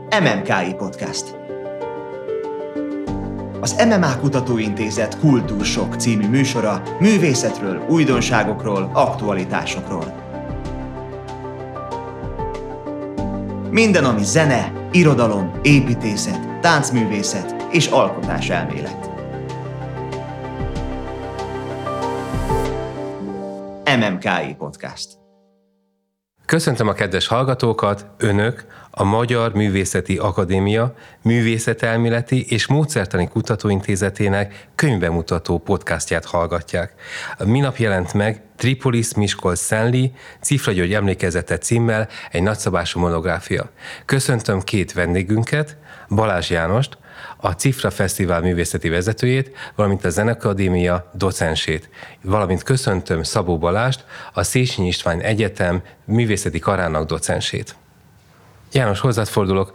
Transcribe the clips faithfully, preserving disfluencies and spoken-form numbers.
em em ká i Podcast. Az em em á Kutatóintézet Kultúrsok című műsora művészetről, újdonságokról, aktualitásokról. Minden, ami zene, irodalom, építészet, táncművészet és alkotáselmélet. em em ká i Podcast. Köszöntöm a kedves hallgatókat, önök a Magyar Művészeti Akadémia Művészetelméleti és Módszertani Kutatóintézetének könyvbemutató podcastját hallgatják. Minap jelent meg Tripolis Miskolc Szenli Cifra György emlékezete címmel egy nagyszabású monográfia. Köszöntöm két vendégünket, Balázs Jánost, a Cifra Fesztivál művészeti vezetőjét, valamint a Zeneakadémia docensét. Valamint köszöntöm Szabó Balást, a Széchenyi István Egyetem művészeti karának docensét. János, hozzád fordulok.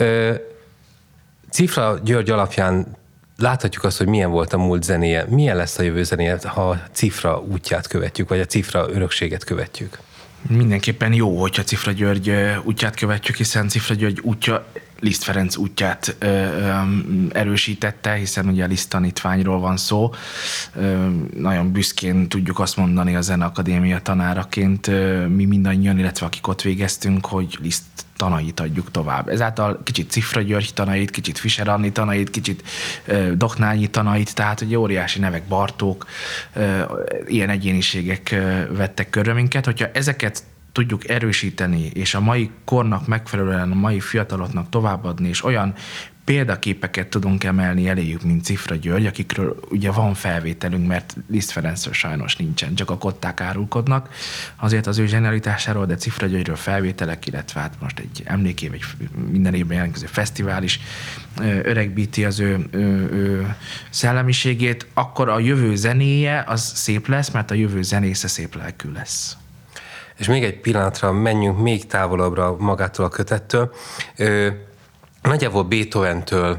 Cifra György alapján láthatjuk azt, hogy milyen volt a múlt zenéje. Milyen lesz a jövő zenéje, ha a Cifra útját követjük, vagy a Cifra örökséget követjük? Mindenképpen jó, hogyha Cifra György útját követjük, hiszen Cifra György útja Liszt Ferenc útját ö, ö, erősítette, hiszen ugye a Liszt tanítványról van szó. Ö, nagyon büszkén tudjuk azt mondani a Zeneakadémia tanáraként, ö, mi mindannyian, illetve akik ott végeztünk, hogy Liszt tanait adjuk tovább. Ezáltal kicsit Cifra György tanait, kicsit Fischer Anni tanait, kicsit ö, Doknányi tanait, tehát ugye óriási nevek, Bartók, ö, ilyen egyéniségek ö, vettek körbe minket. Hogyha ezeket tudjuk erősíteni, és a mai kornak megfelelően a mai fiataloknak továbbadni, és olyan példaképeket tudunk emelni eléjük, mint Cifra György, akikről ugye van felvételünk, mert Liszt Ferencről sajnos nincsen, csak a kották árulkodnak, azért az ő zsenialitásáról, de Cifra Györgyről felvételek, illetve hát most egy emlékév, egy minden évben jelentkező fesztivál is öregbíti az ő, ő, ő szellemiségét, akkor a jövő zenéje az szép lesz, mert a jövő zenésze szép lelkű lesz. És még egy pillanatra menjünk még távolabbra magától a kötettől. Ö, nagyjából Beethoventől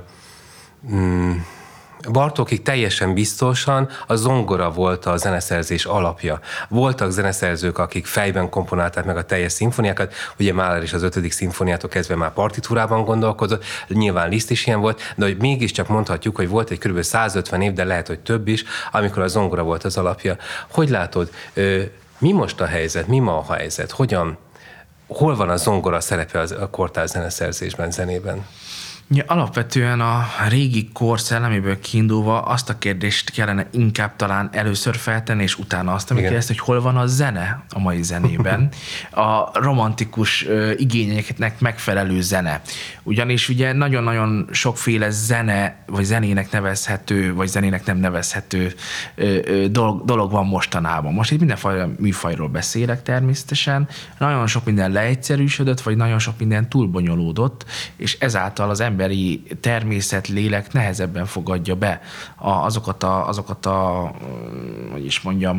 mm, Bartókig teljesen biztosan a zongora volt a zeneszerzés alapja. Voltak zeneszerzők, akik fejben komponálták meg a teljes szimfoniákat, ugye Mahler is az ötödik szimfoniától kezdve már partitúrában gondolkodott, nyilván Liszt is ilyen volt, de hogy mégiscsak mondhatjuk, hogy volt egy kb. százötven év, de lehet, hogy több is, amikor a zongora volt az alapja. Hogy látod, ö, mi most a helyzet, mi ma a helyzet, hogyan, hol van a zongora szerepe a kortárs zeneszerzésben, zenében? Ja, alapvetően a régi kor szelleméből kiindulva azt a kérdést kellene inkább talán először feltenni, és utána azt, amit kérdezt, hogy hol van a zene a mai zenében, a romantikus uh, igényeknek megfelelő zene. Ugyanis ugye nagyon-nagyon sokféle zene, vagy zenének nevezhető, vagy zenének nem nevezhető uh, dolog, dolog van mostanában. Most itt mindenfajta műfajról beszélek természetesen, nagyon sok minden leegyszerűsödött, vagy nagyon sok minden túlbonyolódott, és ezáltal az ember emberi természet, lélek nehezebben fogadja be azokat a, azokat a hogy is mondjam,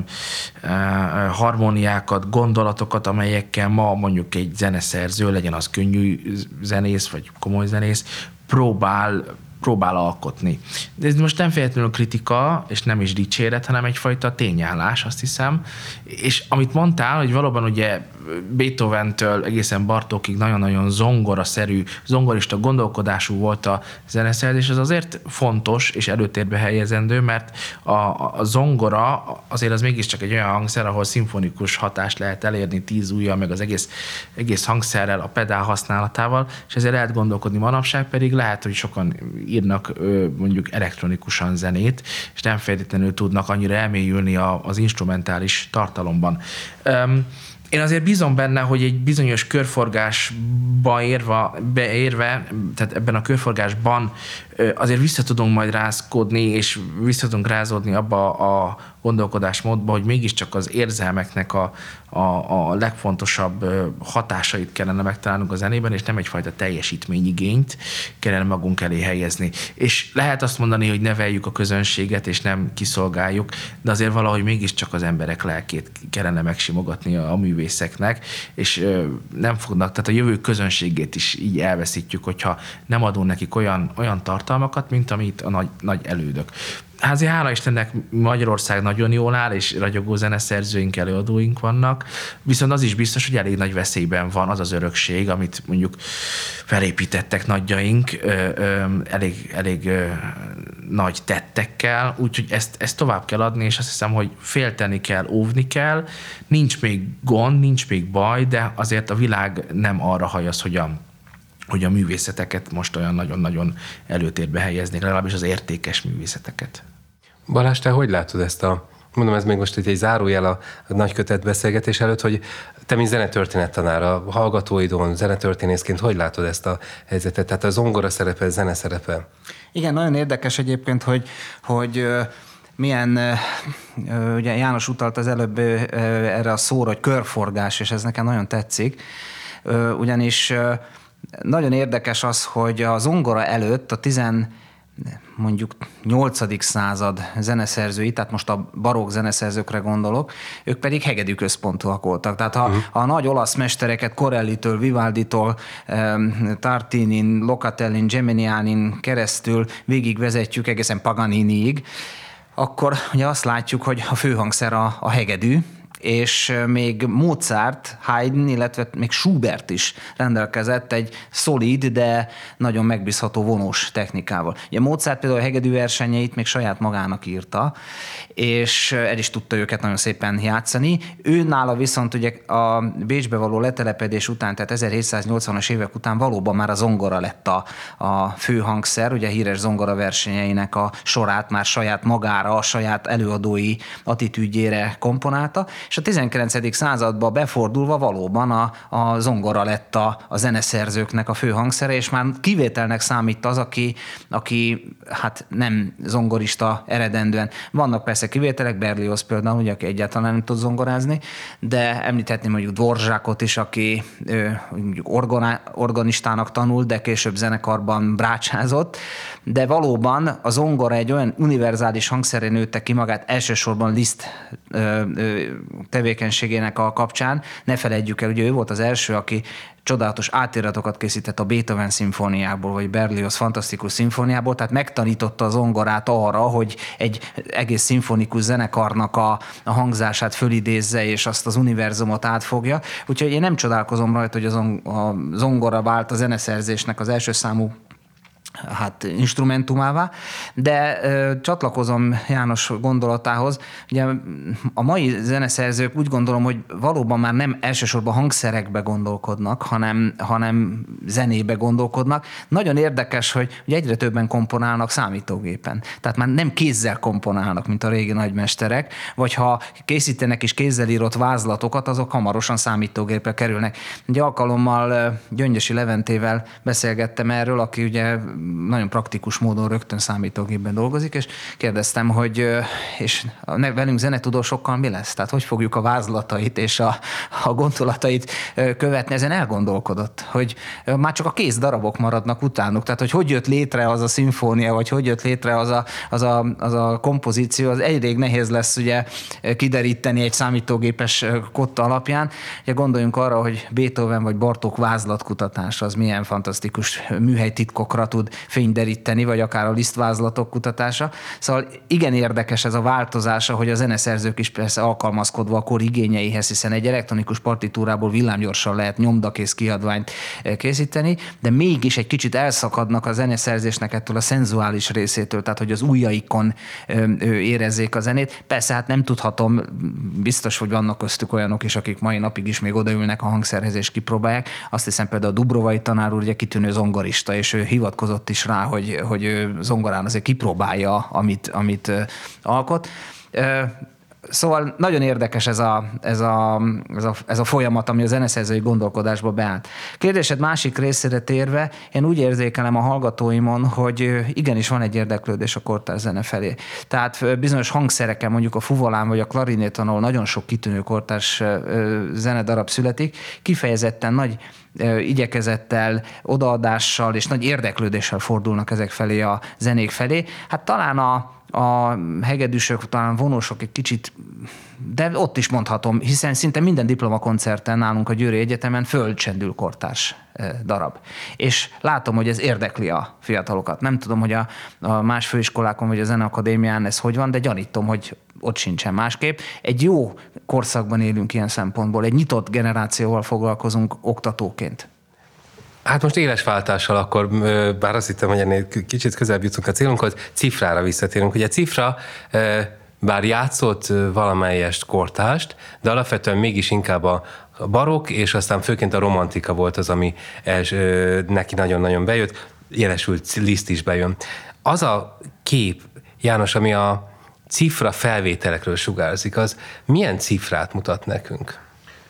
harmóniákat, gondolatokat, amelyekkel ma mondjuk egy zeneszerző, legyen az könnyű zenész, vagy komoly zenész, próbál próbál alkotni. De ez most nem feltétlenül kritika, és nem is dicséret, hanem egyfajta tényállás, azt hiszem. És amit mondtál, hogy valóban ugye Beethoventől egészen Bartókig nagyon-nagyon zongora-szerű, zongorista gondolkodású volt a zeneszerzés, ez azért fontos és előtérbe helyezendő, mert a, a zongora azért az mégiscsak egy olyan hangszer, ahol szimfonikus hatást lehet elérni tíz ujjal, meg az egész, egész hangszerrel, a pedál használatával, és ezért lehet gondolkodni. Manapság pedig lehet, hogy sokan írnak mondjuk elektronikusan zenét, és nem feltétlenül tudnak annyira elmélyülni az instrumentális tartalomban. Én azért bízom benne, hogy egy bizonyos körforgásba érve, beérve, tehát ebben a körforgásban azért vissza tudunk majd rázkodni, és vissza tudunk rázódni abba a gondolkodásmódba, hogy mégiscsak az érzelmeknek a, a, a legfontosabb hatásait kellene megtalálnunk a zenében, és nem egyfajta teljesítményigényt kellene magunk elé helyezni. És lehet azt mondani, hogy neveljük a közönséget, és nem kiszolgáljuk, de azért valahogy mégiscsak az emberek lelkét kellene megsimogatni a, a művészeknek, és nem fognak, tehát a jövő közönségét is így elveszítjük, hogyha nem adunk nekik olyan, olyan tartalmakat, mint amit a nagy, nagy elődök. házi hála Istennek Magyarország nagyon jól áll, és ragyogó zeneszerzőink, előadóink vannak, viszont az is biztos, hogy elég nagy veszélyben van az az örökség, amit mondjuk felépítettek nagyjaink, ö, ö, elég, elég ö, nagy tettekkel, úgyhogy ezt, ezt tovább kell adni, és azt hiszem, hogy félteni kell, óvni kell. Nincs még gond, nincs még baj, de azért a világ nem arra hajaz, hogy a hogy a művészeteket most olyan nagyon-nagyon előtérbe helyeznék, legalábbis az értékes művészeteket. Balázs, te hogy látod ezt a, mondom, ez még most egy zárójel a, a nagy kötet beszélgetés előtt, hogy te, mint zenetörténettanár, a hallgatóidon, zenetörténészként hogy látod ezt a helyzetet? Tehát a zongora szerepe, zene szerepe? Igen, nagyon érdekes egyébként, hogy, hogy milyen, ugye János utalt az előbb erre a szóra, hogy körforgás, és ez nekem nagyon tetszik, ugyanis nagyon érdekes az, hogy a zongora előtt a tizen mondjuk nyolcadik század zeneszerzői, tehát most a barokk zeneszerzőkre gondolok, ők pedig hegedű központúak voltak. Tehát ha, uh-huh. ha a nagy olasz mestereket Corellitől, Vivalditól, Tartinin, Locatellin, Geminianin keresztül végigvezetjük egészen Paganiniig, akkor ugye azt látjuk, hogy a főhangszer a, a hegedű, és még Mozart, Haydn, illetve még Schubert is rendelkezett egy szolid, de nagyon megbízható vonós technikával. Ugye Mozart például a hegedű versenyeit még saját magának írta, és el is tudta őket nagyon szépen játszani. Ő nála viszont ugye a Bécsbe való letelepedés után, tehát ezerhétszáznyolcvanas évek után valóban már a zongora lett a, a fő hangszer, ugye a híres zongora versenyeinek a sorát már saját magára, a saját előadói attitűdjére komponálta, és a tizenkilencedik században befordulva valóban a, a zongora lett a, a zeneszerzőknek a fő hangszere, és már kivételnek számít az, aki, aki hát nem zongorista eredendően. Vannak persze kivételek, Berlioz például, ugye, aki egyáltalán nem tud zongorázni, de említhetném mondjuk Dvoržákot is, aki ő, mondjuk orgona, organistának tanult, de később zenekarban brácsázott, de valóban a zongora egy olyan univerzális hangszerén nőtte ki magát, elsősorban Liszt ö, ö, tevékenységének a kapcsán. Ne feledjük el, ugye ő volt az első, aki csodálatos átiratokat készített a Beethoven szimfóniából, vagy Berlioz fantasztikus szimfóniából, tehát megtanította a zongorát arra, hogy egy egész szimfonikus zenekarnak a, a hangzását fölidézze, és azt az univerzumot átfogja. Úgyhogy én nem csodálkozom rajta, hogy a zongora vált a zeneszerzésnek az első számú hát instrumentumává, de ö, csatlakozom János gondolatához. Ugye a mai zeneszerzők úgy gondolom, hogy valóban már nem elsősorban hangszerekbe gondolkodnak, hanem, hanem zenébe gondolkodnak. Nagyon érdekes, hogy ugye egyre többen komponálnak számítógépen. Tehát már nem kézzel komponálnak, mint a régi nagymesterek, vagy ha készítenek is kézzel írott vázlatokat, azok hamarosan számítógépre kerülnek. Egy alkalommal Gyöngyösi Leventével beszélgettem erről, aki ugye nagyon praktikus módon rögtön számítógépben dolgozik, és kérdeztem, hogy és velünk zenetudósokkal mi lesz? Tehát hogy fogjuk a vázlatait és a, a gondolatait követni? Ezen elgondolkodott, hogy már csak a kész darabok maradnak utánuk. Tehát, hogy hogy jött létre az a szimfónia, vagy hogy jött létre az a, az a, az a kompozíció, az elég nehéz lesz ugye kideríteni egy számítógépes kotta alapján. Ugye gondoljunk arra, hogy Beethoven vagy Bartók vázlatkutatása az milyen fantasztikus műhelytitkokra tud fényderíteni, vagy akár a Liszt vázlatok kutatása. Szóval igen érdekes ez a változása, hogy a zeneszerzők is persze alkalmazkodva a kor igényeihez, hiszen egy elektronikus partitúrából villámgyorsan lehet nyomdakész kiadványt készíteni, de mégis egy kicsit elszakadnak a zeneszerzésnek ettől a szenzuális részétől, tehát hogy az ujjaikon érezzék a zenét. Persze hát nem tudhatom, biztos, hogy vannak köztük olyanok is, akik mai napig is még odaülnek a hangszerhez és kipróbálják. Azt hiszem például a Dubrovai tanár úr ugye kitűnő zongorista, és ő hivatkozott is rá, hogy, hogy ő zongorán azért kipróbálja, amit, amit alkot. Szóval nagyon érdekes ez a, ez, a, ez, a, ez a folyamat, ami a zeneszerzői gondolkodásba beállt. Kérdésed másik részére térve, én úgy érzékelem a hallgatóimon, hogy igenis van egy érdeklődés a kortárs zene felé. Tehát bizonyos hangszereken, mondjuk a fuvolán vagy a klarinéton, ahol nagyon sok kitűnő kortárs zenedarab születik, kifejezetten nagy igyekezettel, odaadással és nagy érdeklődéssel fordulnak ezek felé a zenék felé. Hát talán a a hegedűsök, talán vonósok egy kicsit, de ott is mondhatom, hiszen szinte minden diplomakoncerten nálunk a Győri Egyetemen fölcsendül kortárs darab. És látom, hogy ez érdekli a fiatalokat. Nem tudom, hogy a, a más főiskolákon vagy a Zeneakadémián ez hogy van, de gyanítom, hogy ott sincsen másképp. Egy jó korszakban élünk ilyen szempontból, egy nyitott generációval foglalkozunk oktatóként. Hát most éles váltással akkor, bár azt hittem, hogy ennél kicsit közelebb jutunk a célunkhoz, Cifrára visszatérünk. Ugye Cifra bár játszott valamelyest kortást, de alapvetően mégis inkább a barokk, és aztán főként a romantika volt az, ami els, neki nagyon-nagyon bejött, jelesült Liszt is bejön. Az a kép, János, ami a Cifra felvételekről sugárzik, az milyen Cifrát mutat nekünk?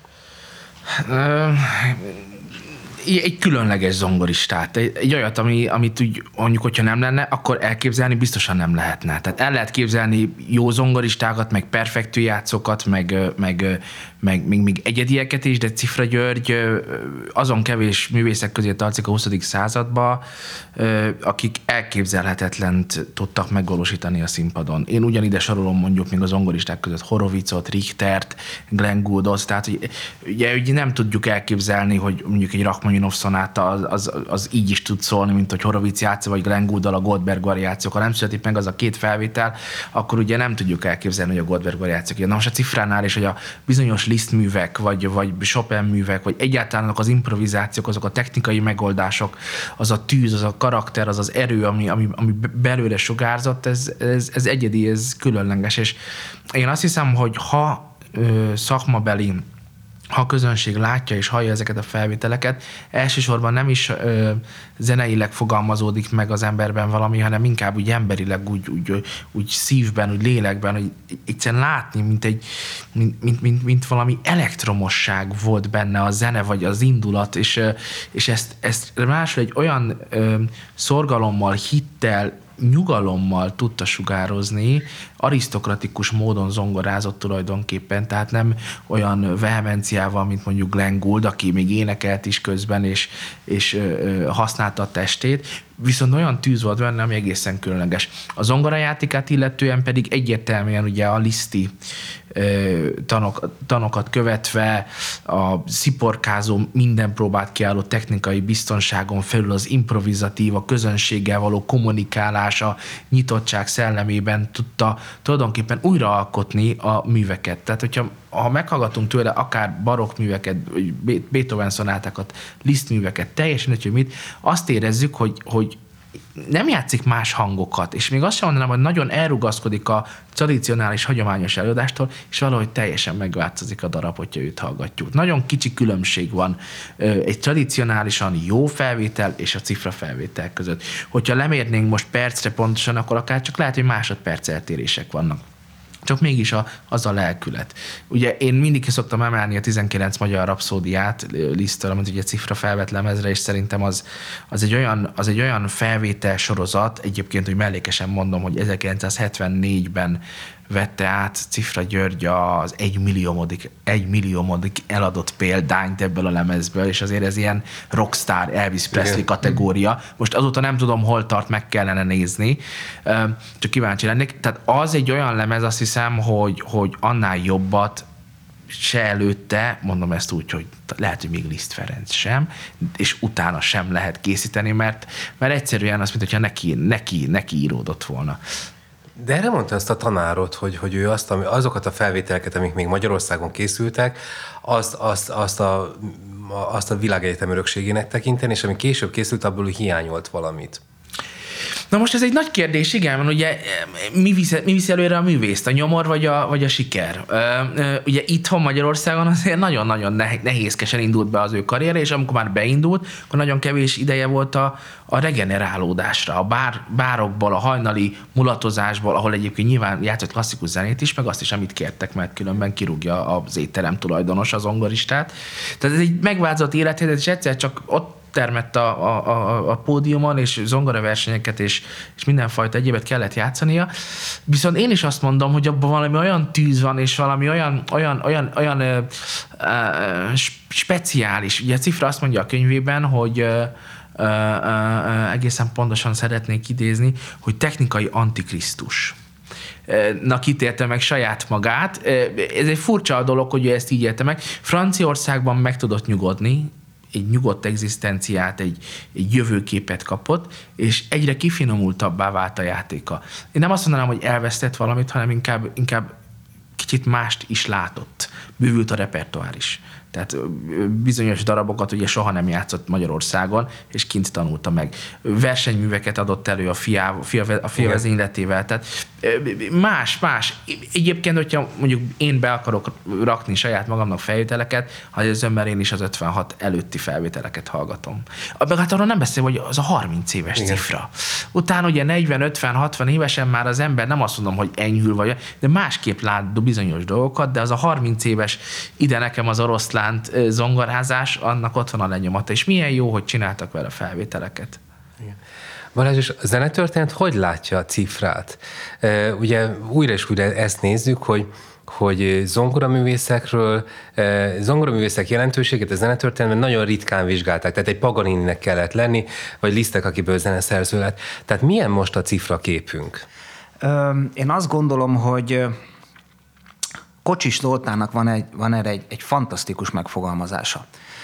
Egy különleges zongoristát, egy, egy olyat, ami, amit úgy mondjuk, hogyha nem lenne, akkor elképzelni biztosan nem lehetne. Tehát el lehet képzelni jó zongoristákat, meg perfektű játszókat, meg, meg, meg még, még egyedieket is, de Cifra György azon kevés művészek közé tartozik a huszadik századba, akik elképzelhetetlent tudtak megvalósítani a színpadon. Én ugyanide sorolom mondjuk még a zongoristák között Horovicot, Richtert, Glenn Gouldot, tehát hogy, ugye, ugye nem tudjuk elképzelni, hogy mondjuk egy Rachmaninov szonáta az, az, az így is tud szólni, mint hogy Horovic játsza, vagy Glenn Gouldal a Goldberg variációk. Ha nem születik meg az a két felvétel, akkor ugye nem tudjuk elképzelni, hogy a Goldberg variációk. Na most a Cifránál is, hogy a bizonyos Liszt művek, vagy, vagy Chopin művek, vagy egyáltalán az improvizációk, azok a technikai megoldások, az a tűz, az a karakter, az az erő, ami, ami, ami belőle sugárzott, ez, ez, ez egyedi, ez különleges. És én azt hiszem, hogy ha ö, szakmabeli, ha a közönség látja és hallja ezeket a felvételeket, elsősorban nem is ö, zeneileg fogalmazódik meg az emberben valami, hanem inkább úgy emberileg, úgy, úgy, úgy szívben, úgy lélekben, hogy egyszerűen látni, mint, egy, mint, mint, mint, mint valami elektromosság volt benne a zene, vagy az indulat, és, és ezt, ezt máshol egy olyan ö, szorgalommal, hittel, nyugalommal tudta sugározni, arisztokratikus módon zongorázott tulajdonképpen, tehát nem olyan vehemenciával, mint mondjuk Glenn Gould, aki még énekelt is közben, és, és ö, használta a testét, viszont olyan tűz volt benne, ami egészen különleges. A zongorajátékát illetően pedig egyértelműen ugye a liszti ö, tanok, tanokat követve a sziporkázó, minden próbát kiálló technikai biztonságon felül az improvizatív, a közönséggel való kommunikálása, nyitottság szellemében tudta tulajdonképpen újraalkotni a műveket. Tehát, hogyha ha meghallgatunk tőle akár barokk műveket, Beethoven szonátákat, Liszt műveket, teljesen, hogy mit, azt érezzük, hogy, hogy nem játszik más hangokat, és még azt sem mondanám, hogy nagyon elrugaszkodik a tradicionális, hagyományos előadástól, és valahogy teljesen megváltozik a darab, hogyha őt hallgatjuk. Nagyon kicsi különbség van egy tradicionálisan jó felvétel és a Cifra felvétel között. Hogyha lemérnénk most percre pontosan, akkor akár csak lehet, hogy másodperc eltérések vannak. Csak mégis a, az a lelkület. Ugye én mindig ki szoktam emelni a tizenkilenc magyar rapszódiát Liszttől, amit ugye Cifra felvett lemezre, és szerintem az, az, egy olyan, az egy olyan felvétel sorozat, egyébként, hogy mellékesen mondom, hogy ezerkilencszázhetvennégyben vette át Cifra György az egymilliómodik, egymilliómodik eladott példányt ebből a lemezből, és azért ez ilyen rockstar, Elvis Presley kategória. Most azóta nem tudom, hol tart, meg kellene nézni, csak kíváncsi lennék. Tehát az egy olyan lemez, azt hiszem, hogy, hogy annál jobbat se előtte, mondom ezt úgy, hogy lehet, hogy még Liszt Ferenc sem, és utána sem lehet készíteni, mert, mert egyszerűen az, mintha neki, neki, neki íródott volna. De erre mondta azt a tanárod, hogy, hogy ő azt, azokat a felvételeket, amik még Magyarországon készültek, azt, azt, azt, a, azt a világegyetem örökségének tekinteni, és ami később készült, abból hiányolt valamit. Na most ez egy nagy kérdés, igen, mert ugye mi viszi, mi viszi előre a művészt, a nyomor vagy a, vagy a siker? Ugye itthon Magyarországon azért nagyon-nagyon nehézkesen indult be az ő karrierje, és amikor már beindult, akkor nagyon kevés ideje volt a, a regenerálódásra, a bár, bárokból, a hajnali mulatozásból, ahol egyébként nyilván játszott klasszikus zenét is, meg azt is, amit kértek, mert különben kirúgja az étterem tulajdonos, az zongoristát. Tehát ez egy megváltozott élethelyzet, és egyszer csak ott termett a, a, a pódiumon, és zongoraversenyeket, és, és mindenfajta egyébet kellett játszania. Viszont én is azt mondom, hogy abban valami olyan tűz van, és valami olyan, olyan, olyan, olyan ö, ö, speciális. Ugye a Cifra azt mondja a könyvében, hogy ö, ö, ö, egészen pontosan szeretnék idézni, hogy technikai antikrisztus. nak ítélte meg saját magát. Ez egy furcsa dolog, hogy ő ezt így élte meg. Franciaországban meg tudott nyugodni, egy nyugodt egzisztenciát, egy, egy jövőképet kapott, és egyre kifinomultabbá vált a játéka. Én nem azt mondanám, hogy elvesztett valamit, hanem inkább, inkább kicsit mást is látott. Bővült a repertoár is. Tehát bizonyos darabokat ugye soha nem játszott Magyarországon, és kint tanulta meg. Versenyműveket adott elő a fia, a fia, a fia vezényletével. Tehát más, más. Egyébként, hogyha mondjuk én be akarok rakni saját magamnak felvételeket, ha az mert én is az ötvenhat előtti felvételeket hallgatom. Meg hát arról nem beszél, hogy az a harminc éves igen. cifra. Utána ugye negyven, ötven, hatvan évesen már az ember nem azt mondom, hogy enyhül vagy, de másképp lát bizonyos dolgokat, de az a harminc éves ide nekem az oroszlán zongorázás, annak ott van a lenyomata, és milyen jó, hogy csináltak vele felvételeket. Igen. Balázs, és a zenetörténet hogy látja a cifrát? Ugye újra és újra ezt nézzük, hogy hogy zongoraművészekről, zongoraművészek jelentőségét a zenetörténetben nagyon ritkán vizsgálták, tehát egy Paganininek kellett lenni, vagy Lisztek, akiből zeneszerző lett. Tehát milyen most a cifra képünk? Én azt gondolom, hogy Kocsis Zoltánnak van, egy, van erre egy, egy fantasztikus megfogalmazása.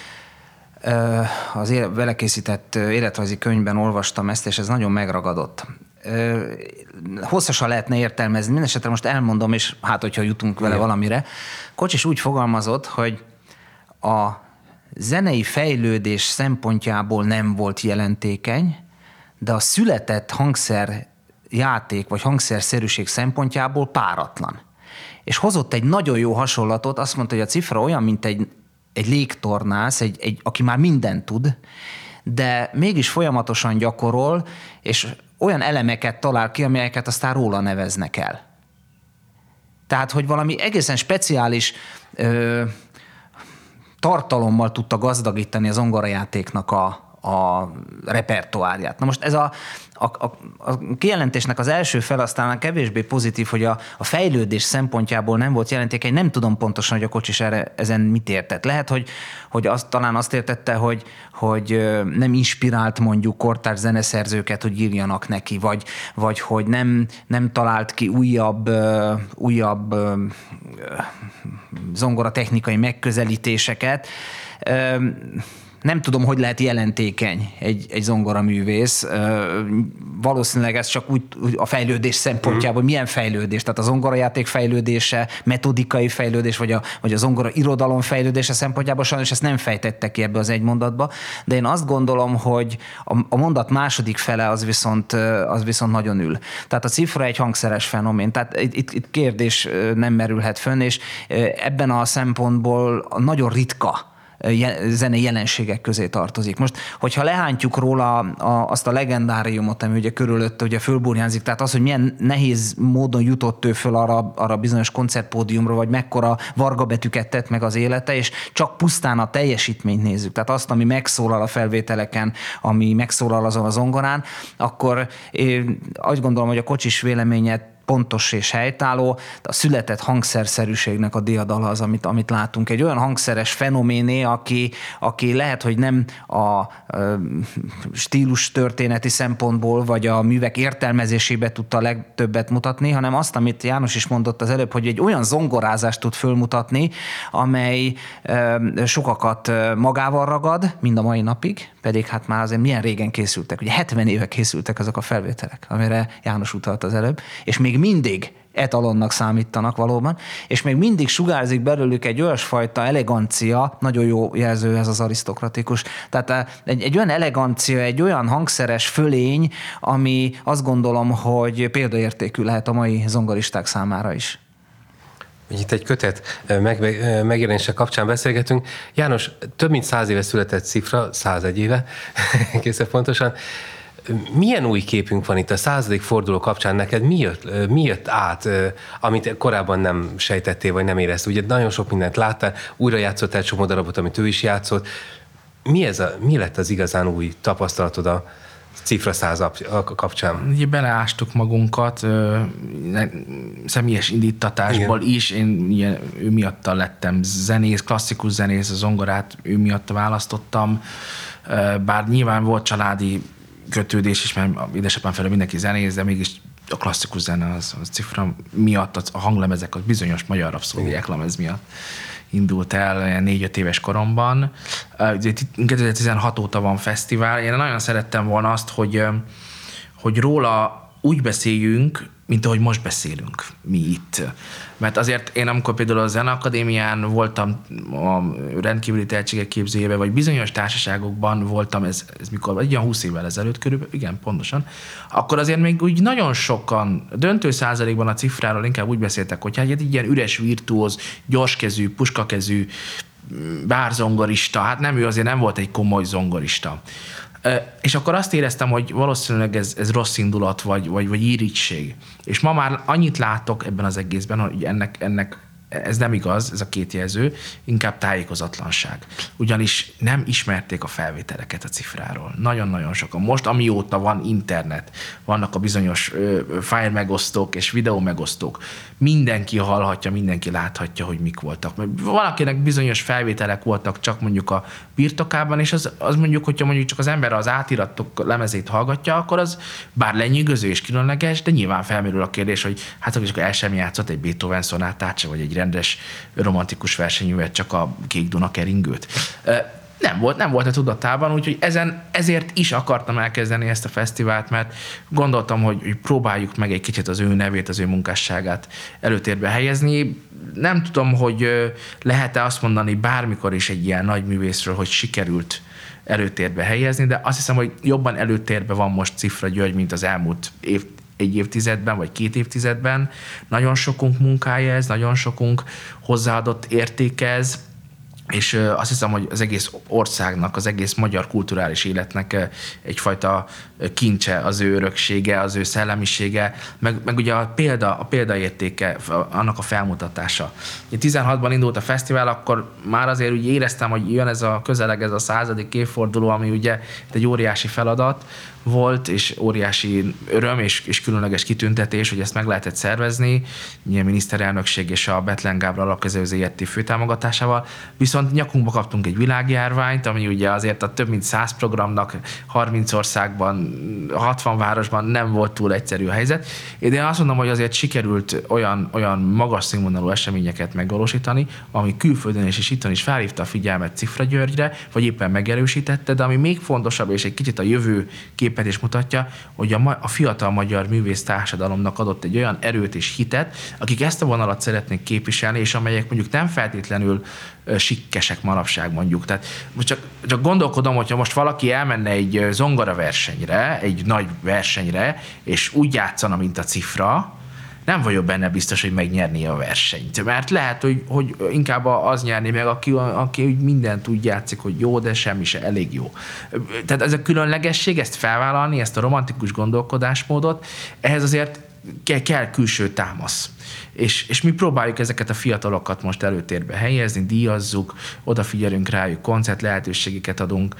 Az vele készített életrajzi könyvben olvastam ezt, és ez nagyon megragadott. Hosszasan lehetne értelmezni, mindesetre most elmondom, és hát, hogyha jutunk vele valamire. Kocsis úgy fogalmazott, hogy a zenei fejlődés szempontjából nem volt jelentékeny, de a született hangszerjáték vagy hangszerszerűség szempontjából páratlan. És hozott egy nagyon jó hasonlatot, azt mondta, hogy a cifra olyan, mint egy, egy légtornász, egy, egy, aki már mindent tud, de mégis folyamatosan gyakorol, és olyan elemeket talál ki, amelyeket aztán róla neveznek el. Tehát, hogy valami egészen speciális ö, tartalommal tudta gazdagítani az zongorajátéknak a, a repertoárját. Na most ez a, a, a, a kijelentésnek az első fel aztán kevésbé pozitív, hogy a, a fejlődés szempontjából nem volt jelentékeny. Nem tudom pontosan, hogy a Kocsis erre, ezen mit értett. Lehet, hogy, hogy azt, talán azt értette, hogy, hogy nem inspirált mondjuk kortárs zeneszerzőket, hogy írjanak neki, vagy, vagy hogy nem, nem talált ki újabb, újabb zongoratechnikai megközelítéseket. Nem tudom, hogy lehet jelentékeny egy, egy zongoraművész. Valószínűleg ez csak úgy, úgy a fejlődés szempontjából, mm. milyen fejlődés, tehát a zongorajáték fejlődése, metodikai fejlődés, vagy a, vagy a zongora irodalom fejlődése szempontjából sajnos ezt nem fejtette ki ebbe az egy mondatba, de én azt gondolom, hogy a, a mondat második fele az viszont, az viszont nagyon ül. Tehát a cifra egy hangszeres fenomén, tehát itt, itt kérdés nem merülhet fönn, és ebben a szempontból nagyon ritka zenei jelenségek közé tartozik. Most, hogyha lehántjuk róla a, azt a legendáriumot, ami ugye körülötte ugye fölburjánzik, tehát az, hogy milyen nehéz módon jutott ő föl arra, arra bizonyos koncertpódiumra, vagy mekkora vargabetűket tett meg az élete, és csak pusztán a teljesítményt nézzük, tehát azt, ami megszólal a felvételeken, ami megszólal azon a zongorán, akkor én azt gondolom, hogy a Kocsis véleményet pontos és helytálló, de a született hangszerszerűségnek a diadala az, amit, amit látunk. Egy olyan hangszeres fenoméné, aki, aki lehet, hogy nem a ö, stílus történeti szempontból, vagy a művek értelmezésébe tudta a legtöbbet mutatni, hanem azt, amit János is mondott az előbb, hogy egy olyan zongorázást tud fölmutatni, amely ö, sokakat magával ragad, mind a mai napig, pedig hát már azért milyen régen készültek. Ugye hetven éve készültek azok a felvételek, amire János utalt az előbb, és még mindig etalonnak számítanak valóban, és még mindig sugárzik belőlük egy olyasfajta elegancia, nagyon jó jelző ez az arisztokratikus, tehát egy, egy olyan elegancia, egy olyan hangszeres fölény, ami azt gondolom, hogy példaértékű lehet a mai zongoristák számára is. Itt egy kötet meg, megjelenése kapcsán beszélgetünk. János, több mint száz éve született cifra, százegy éve, egészen pontosan. Milyen új képünk van itt a századik forduló kapcsán? Neked mi jött, mi jött át, amit korábban nem sejtettél, vagy nem éreztél? Ugye nagyon sok mindent láttál, újra játszottál egy csomó darabot, amit ő is játszott. Mi, ez a, mi lett az igazán új tapasztalatod a cifra száz kapcsán? Ugye beleástuk magunkat, személyes indítatásból igen. is. Én ugye, ő miatta lettem zenész, klasszikus zenész, a zongorát ő miatta választottam. Bár nyilván volt családi kötődés is, mert édesapám felől mindenki zenész, de mégis a klasszikus zene az, az cifra miatt, a hanglemezek, az bizonyos magyar rapszódiák lemez miatt indult el négy-öt éves koromban. kétezer-tizenhat óta van fesztivál. Én nagyon szerettem volna azt, hogy, hogy róla úgy beszéljünk, mint ahogy most beszélünk mi itt. Mert azért én, amikor például a Zeneakadémián voltam a rendkívüli tehetségek képzőjében, vagy bizonyos társaságokban voltam, ez, ez mikor, egy olyan húsz évvel ezelőtt körülbelül, igen, pontosan, akkor azért még úgy nagyon sokan, döntő százalékban a cifráról inkább úgy beszéltek, hogy hát egy ilyen üres virtuóz, gyorskezű, puskakezű bárzongorista, hát nem, ő azért nem volt egy komoly zongorista. És akkor azt éreztem, hogy valószínűleg ez, ez rossz indulat, vagy, vagy, vagy irigység. És ma már annyit látok ebben az egészben, hogy ennek, ennek ez nem igaz, ez a két jelző, inkább tájékozatlanság. Ugyanis nem ismerték a felvételeket a cifráról. Nagyon-nagyon sokan. Most, amióta van internet, vannak a bizonyos ö, file megosztók és videó megosztók, mindenki hallhatja, mindenki láthatja, hogy mik voltak. Valakinek bizonyos felvételek voltak csak mondjuk a birtokában, és az, az mondjuk, hogyha mondjuk csak az ember az átiratok lemezét hallgatja, akkor az bár lenyűgöző és különleges, de nyilván felmerül a kérdés, hogy hát akkor el sem játszott egy Beethoven szonátát se, vagy egy rendes romantikus versenyűvet, csak a Kék Duna keringőt. Nem volt, nem volt a tudatában, úgyhogy ezen, ezért is akartam elkezdeni ezt a fesztivált, mert gondoltam, hogy, hogy próbáljuk meg egy kicsit az ő nevét, az ő munkásságát előtérbe helyezni. Nem tudom, hogy lehet-e azt mondani bármikor is egy ilyen nagy művészről, hogy sikerült előtérbe helyezni, de azt hiszem, hogy jobban előtérbe van most Cifra György, mint az elmúlt év, egy évtizedben, vagy két évtizedben. Nagyon sokunk munkája ez, nagyon sokunk hozzáadott értéke ez, és azt hiszem, hogy az egész országnak, az egész magyar kulturális életnek egyfajta kincse, az ő öröksége, az ő szellemisége, meg, meg ugye a, példa, a példaértéke, annak a felmutatása. tizenhatban indult a fesztivál, akkor már azért úgy éreztem, hogy jön ez a közeleg ez a századik évforduló, ami ugye egy óriási feladat volt, és óriási öröm, és, és különleges kitüntetés, hogy ezt meg lehetett szervezni, ilyen miniszterelnökség és a Bethlen Gábor Alapkezelő zé er té főtámogatásával. Viszont nyakunkba kaptunk egy világjárványt, ami ugye azért a több mint száz programnak harminc országban, hatvan városban nem volt túl egyszerű a helyzet. De én azt mondom, hogy azért sikerült olyan, olyan magas színvonalú eseményeket megvalósítani, ami külföldön és itthon is felhívta a figyelmet Cifra Györgyre, vagy éppen megerősítette, de ami még fontosabb, és egy kicsit a jövő képet is mutatja, hogy a, ma- a fiatal magyar művész társadalomnak adott egy olyan erőt és hitet, akik ezt a vonalat szeretnék képviselni, és amelyek mondjuk nem feltétlenül ö, sikkesek manapság mondjuk. Tehát most csak, csak gondolkodom, hogyha most valaki elmenne egy zongora versenyre, egy nagy versenyre, és úgy játszana, mint a Cifra, nem vagyok benne biztos, hogy megnyerné a versenyt. Mert lehet, hogy, hogy inkább az nyerné meg, aki, aki mindent úgy játszik, hogy jó, de semmi se elég jó. Tehát ez a különlegesség, ezt felvállalni, ezt a romantikus gondolkodásmódot, ehhez azért kell, kell külső támasz. És, és mi próbáljuk ezeket a fiatalokat most előtérbe helyezni, díjazzuk, odafigyelünk rájuk, koncert lehetőségeket adunk.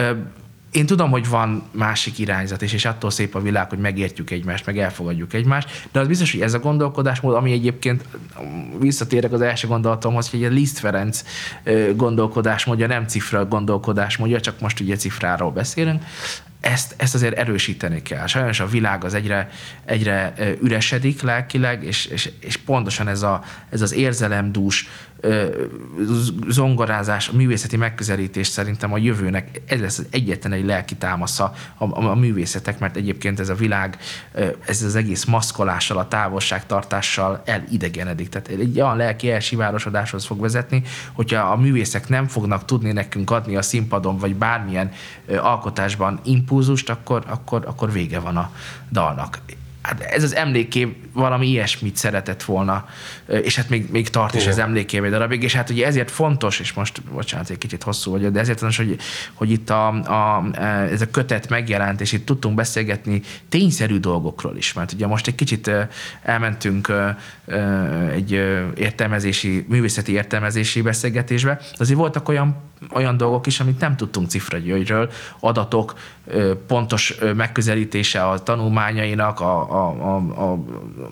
Én tudom, hogy van másik irányzat is, és attól szép a világ, hogy megértjük egymást, meg elfogadjuk egymást, de az biztos, hogy ez a gondolkodásmód, ami egyébként visszatérek az első gondolatomhoz, hogy egy Liszt Ferenc gondolkodásmódja, nem Cifra gondolkodásmódja, csak most ugye Cifráról beszélünk, ezt, ezt azért erősíteni kell. Sajnos a világ az egyre, egyre üresedik lelkileg, és, és, és pontosan ez, a, ez az érzelemdús zongorázás, a művészeti megközelítés szerintem a jövőnek ez lesz az egyetlen egy lelki támasza a, a, a művészetek, mert egyébként ez a világ, ez az egész maszkolással, a távolságtartással elidegenedik. Tehát egy olyan lelki elsivárosodáshoz fog vezetni, hogyha a művészek nem fognak tudni nekünk adni a színpadon, vagy bármilyen alkotásban impulzust, akkor, akkor, akkor vége van a dalnak. Hát ez az emlékké valami ilyesmit szeretett volna, és hát még, még tart is az emlékévé darabig, és hát ugye ezért fontos, és most, bocsánat, egy kicsit hosszú vagyok, de ezért fontos, hogy, hogy itt a, a, ez a kötet megjelent, és itt tudtunk beszélgetni tényszerű dolgokról is, mert ugye most egy kicsit elmentünk egy értelmezési, művészeti értelmezési beszélgetésbe, de azért voltak olyan, olyan dolgok is, amit nem tudtunk Cifra Györgyről, adatok, pontos megközelítése a tanulmányainak, a, a, a, a,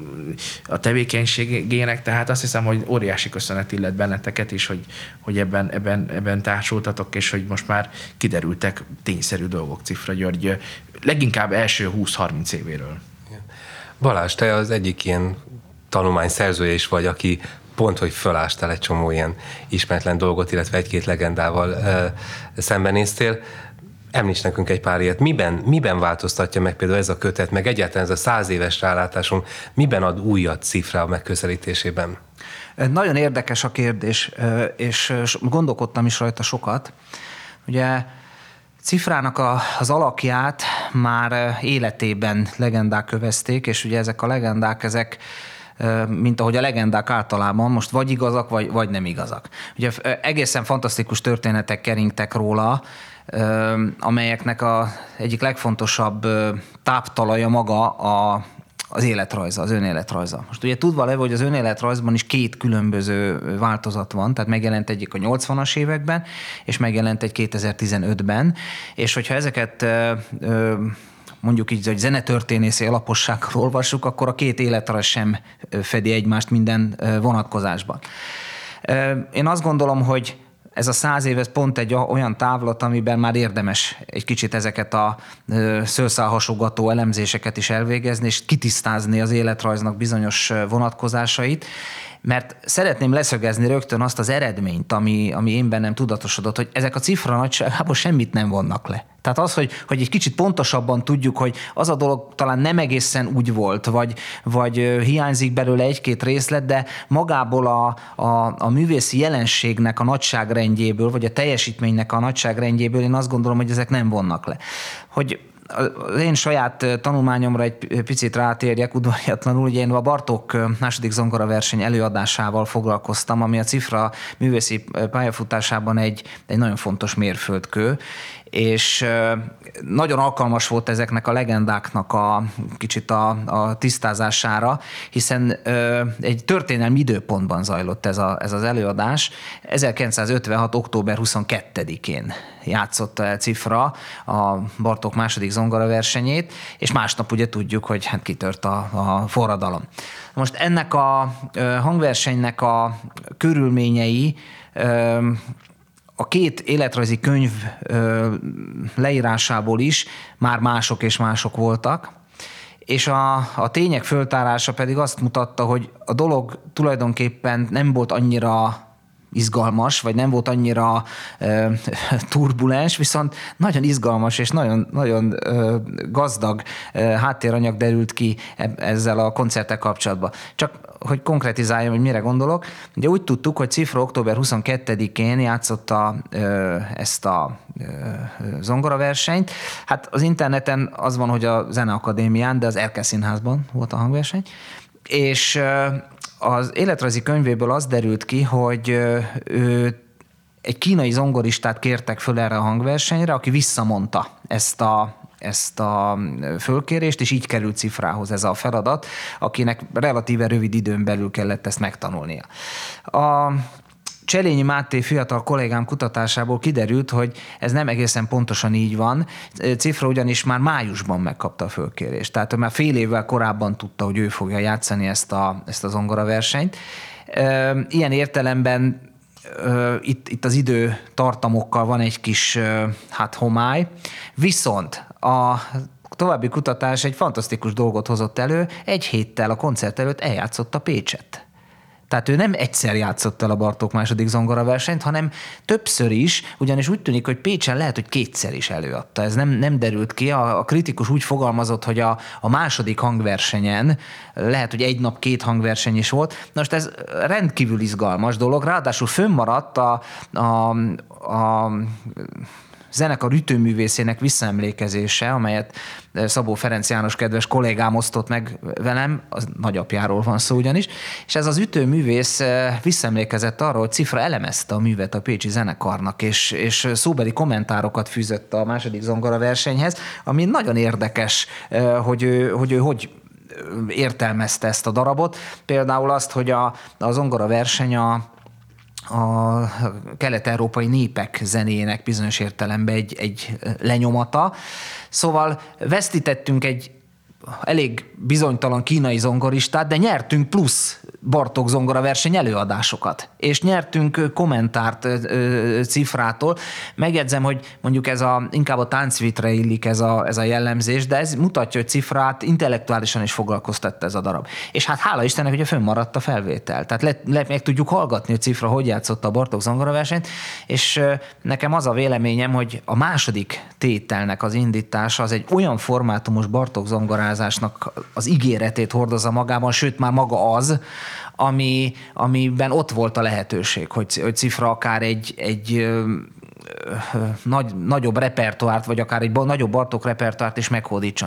a tevékenységének, tehát azt hiszem, hogy óriási köszönet illet benneteket is, hogy, hogy ebben, ebben, ebben társultatok, és hogy most már kiderültek tényszerű dolgok Cifra György leginkább első húsz-harminc évéről. Balázs, te az egyik ilyen tanulmány szerzője is vagy, aki pont, hogy fölástál egy csomó ilyen ismeretlen dolgot, illetve egy-két legendával ö, szembenéztél. Említs nekünk egy pár ilyet. Miben, miben változtatja meg például ez a kötet, meg egyáltalán ez a száz éves rálátásunk, miben ad újat Cifra megközelítésében? Nagyon érdekes a kérdés, és gondolkodtam is rajta sokat. Ugye Cifrának a, az alakját már életében legendák kövezték, és ugye ezek a legendák, ezek mint ahogy a legendák általában most vagy igazak, vagy, vagy nem igazak. Ugye egészen fantasztikus történetek keringtek róla, amelyeknek a egyik legfontosabb táptalaja maga a, az életrajza, az önéletrajza. Most ugye tudva levő, hogy az önéletrajzban is két különböző változat van, tehát megjelent egyik a nyolcvanas években, és megjelent egy kétezer-tizenötben, és hogyha ezeket mondjuk így, hogy zenetörténészi alapossággal olvassuk, akkor a két életrajz sem fedi egymást minden vonatkozásban. Én azt gondolom, hogy ez a száz év, ez pont egy olyan távlat, amiben már érdemes egy kicsit ezeket a szőrszálhasogató elemzéseket is elvégezni, és kitisztázni az életrajznak bizonyos vonatkozásait, mert szeretném leszögezni rögtön azt az eredményt, ami, ami én bennem tudatosodott, hogy ezek a Cifra nagyságából semmit nem vonnak le. Tehát az, hogy, hogy egy kicsit pontosabban tudjuk, hogy az a dolog talán nem egészen úgy volt, vagy, vagy hiányzik belőle egy-két részlet, de magából a, a, a művészi jelenségnek a nagyságrendjéből, vagy a teljesítménynek a nagyságrendjéből én azt gondolom, hogy ezek nem vonnak le. Hogy az én saját tanulmányomra egy picit rátérjek udvariatlanul, ugye én a Bartók második zongoraverseny előadásával foglalkoztam, ami a Cifra művészi pályafutásában egy, egy nagyon fontos mérföldkő, és nagyon alkalmas volt ezeknek a legendáknak a kicsit a, a tisztázására, hiszen egy történelmi időpontban zajlott ez, a, ez az előadás. ezerkilencszázötvenhat. október huszonkettedikén játszotta el Cifra a Bartók második zongoraversenyét, és másnap ugye tudjuk, hogy hát kitört a, a forradalom. Most ennek a hangversenynek a körülményei a két életrajzi könyv leírásából is már mások és mások voltak, és a, a tények föltárása pedig azt mutatta, hogy a dolog tulajdonképpen nem volt annyira izgalmas, vagy nem volt annyira e, turbulens, viszont nagyon izgalmas és nagyon, nagyon e, gazdag e, háttéranyag derült ki ezzel a koncerttel kapcsolatban. Csak hogy konkretizáljam, hogy mire gondolok. Ugye úgy tudtuk, hogy Cifra október huszonkettedikén játszotta e, ezt a e, zongoraversenyt. Hát az interneten az van, hogy a Zeneakadémián, de az Erkel Színházban volt a hangverseny, és e, az életrajzi könyvéből az derült ki, hogy ő egy kínai zongoristát kértek föl erre a hangversenyre, aki visszamondta ezt a, ezt a fölkérést, és így került Cifrához ez a feladat, akinek relatíve rövid időn belül kellett ezt megtanulnia. A Cselényi Máté fiatal kollégám kutatásából kiderült, hogy ez nem egészen pontosan így van. Cifra ugyanis már májusban megkapta a fölkérést. Tehát ő már fél évvel korábban tudta, hogy ő fogja játszani ezt a, ezt a zongoraversenyt. Ilyen értelemben itt, itt az idő tartamokkal van egy kis hát homály. Viszont a további kutatás egy fantasztikus dolgot hozott elő. Egy héttel a koncert előtt eljátszotta Pécset. Tehát ő nem egyszer játszott el a Bartók második zongoraversenyt, hanem többször is, ugyanis úgy tűnik, hogy Pécsen lehet, hogy kétszer is előadta. Ez nem, nem derült ki. A, a kritikus úgy fogalmazott, hogy a, a második hangversenyen lehet, hogy egy nap két hangverseny is volt. Na most ez rendkívül izgalmas dolog, ráadásul fönnmaradt a, a, a zenekar ütőművészének visszaemlékezése, amelyet Szabó Ferenc János kedves kollégám osztott meg velem, az nagyapjáról van szó ugyanis, és ez az ütőművész visszaemlékezett arra, hogy Cifra elemezte a művet a pécsi zenekarnak, és, és szóbeli kommentárokat fűzött a második zongoraversenyhez, ami nagyon érdekes, hogy ő hogy, ő, hogy értelmezte ezt a darabot. Például azt, hogy a, a zongoraverseny a a kelet-európai népek zenéjének bizonyos értelemben egy, egy lenyomata. Szóval vesztítettünk egy elég bizonytalan kínai zongoristát, de nyertünk plusz Bartók zongora verseny előadásokat, és nyertünk kommentárt Cifrától. Megjegyzem, hogy mondjuk ez a, inkább a táncvitre illik ez a, ez a jellemzés, de ez mutatja, hogy Cifrát intellektuálisan is foglalkoztatta ez a darab. És hát hála Istennek, hogy fönnmaradt a felvétel. Tehát le, le, meg tudjuk hallgatni, hogy Cifra hogy játszotta a Bartók zongora versenyt, és nekem az a véleményem, hogy a második tételnek az indítása az egy olyan formátumos Bartók zongorázásnak az ígéretét hordozza magában, sőt már maga az, ami, amiben ott volt a lehetőség, hogy, hogy Cifra akár egy, egy ö, ö, nagy, nagyobb repertoárt, vagy akár egy nagyobb Bartók repertoárt is meghódítson.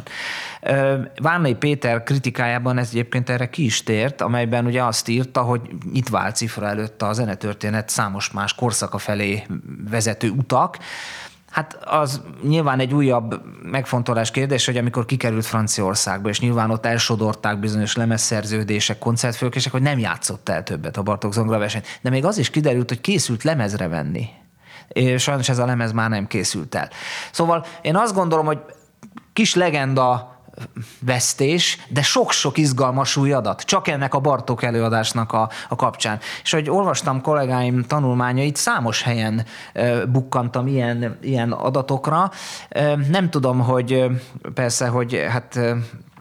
Várnai Péter kritikájában ez egyébként erre ki is tért, amelyben ugye azt írta, hogy itt vált Cifra előtt a zenetörténet számos más korszaka felé vezető utak. Hát az nyilván egy újabb megfontolás kérdés, hogy amikor kikerült Franciaországba, és nyilván ott elsodorták bizonyos lemezszerződések, koncertfőkések, hogy nem játszott el többet a Bartók zongoraversenyt. De még az is kiderült, hogy készült lemezre venni. És sajnos ez a lemez már nem készült el. Szóval én azt gondolom, hogy kis legenda vesztés, de sok-sok izgalmas új adat, csak ennek a Bartók előadásnak a, a kapcsán. És hogy olvastam kollégáim tanulmányait, számos helyen e, bukkantam ilyen, ilyen adatokra. E, nem tudom, hogy persze, hogy hát e,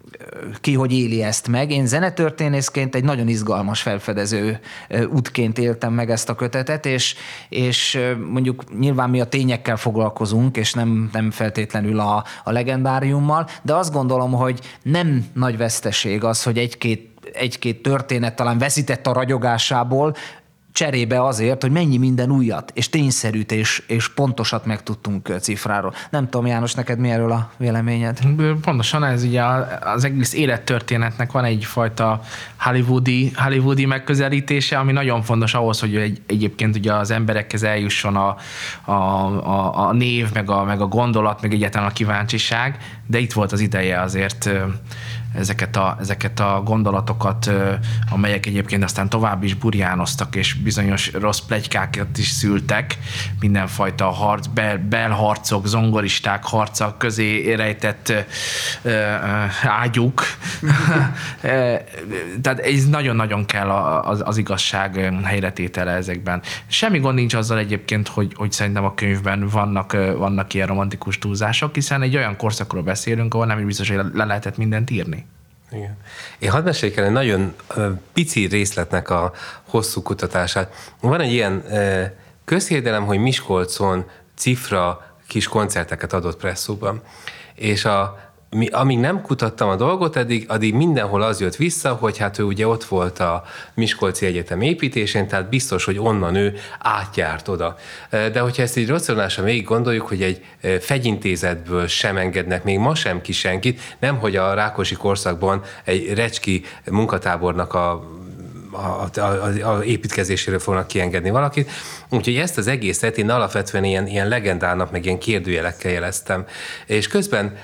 ki hogy éli ezt meg. Én zenetörténészként egy nagyon izgalmas felfedező útként éltem meg ezt a kötetet, és, és mondjuk nyilván mi a tényekkel foglalkozunk, és nem, nem feltétlenül a, a legendáriummal, de azt gondolom, hogy nem nagy veszteség az, hogy egy-két, egy-két történet talán veszített a ragyogásából, cserébe azért, hogy mennyi minden újat, és tényszerűt, és, és pontosat megtudtunk Cifráról. Nem tudom, János, neked mi erről a véleményed? Pontosan ez ugye az egész élettörténetnek van egyfajta hollywoodi, hollywoodi megközelítése, ami nagyon fontos ahhoz, hogy egy, egyébként ugye az emberekhez eljusson a, a, a, a név, meg a, meg a gondolat, meg egyáltalán a kíváncsiság, de itt volt az ideje azért ezeket a, ezeket a gondolatokat, amelyek egyébként aztán tovább is burjánoztak, és bizonyos rossz pletykákat is szültek, mindenfajta harc, bel, belharcok, zongoristák harca közé rejtett uh, ágyuk. Tehát ez nagyon-nagyon kell az, az igazság helyretétele ezekben. Semmi gond nincs azzal egyébként, hogy, hogy szerintem a könyvben vannak, vannak ilyen romantikus túlzások, hiszen egy olyan korszakról beszélünk, ahol nem is biztos, hogy le lehetett mindent írni. Igen. Én hadd meséljek el egy nagyon pici részletnek a hosszú kutatását. Van egy ilyen közhiedelem, hogy Miskolcon Cifra kis koncerteket adott Presszóban, és a Mi, amíg nem kutattam a dolgot, eddig, addig mindenhol az jött vissza, hogy hát ő ugye ott volt a Miskolci Egyetem építésén, tehát biztos, hogy onnan ő átjárt oda. De hogyha ezt így racionálisan végig gondoljuk, hogy egy fegyintézetből sem engednek még ma sem ki senkit, nemhogy a Rákosi korszakban egy recski munkatábornak a A, a, a építkezéséről fognak kiengedni valakit. Úgyhogy ezt az egészet én alapvetően ilyen, ilyen legendának, meg ilyen kérdőjelekkel jeleztem. És közben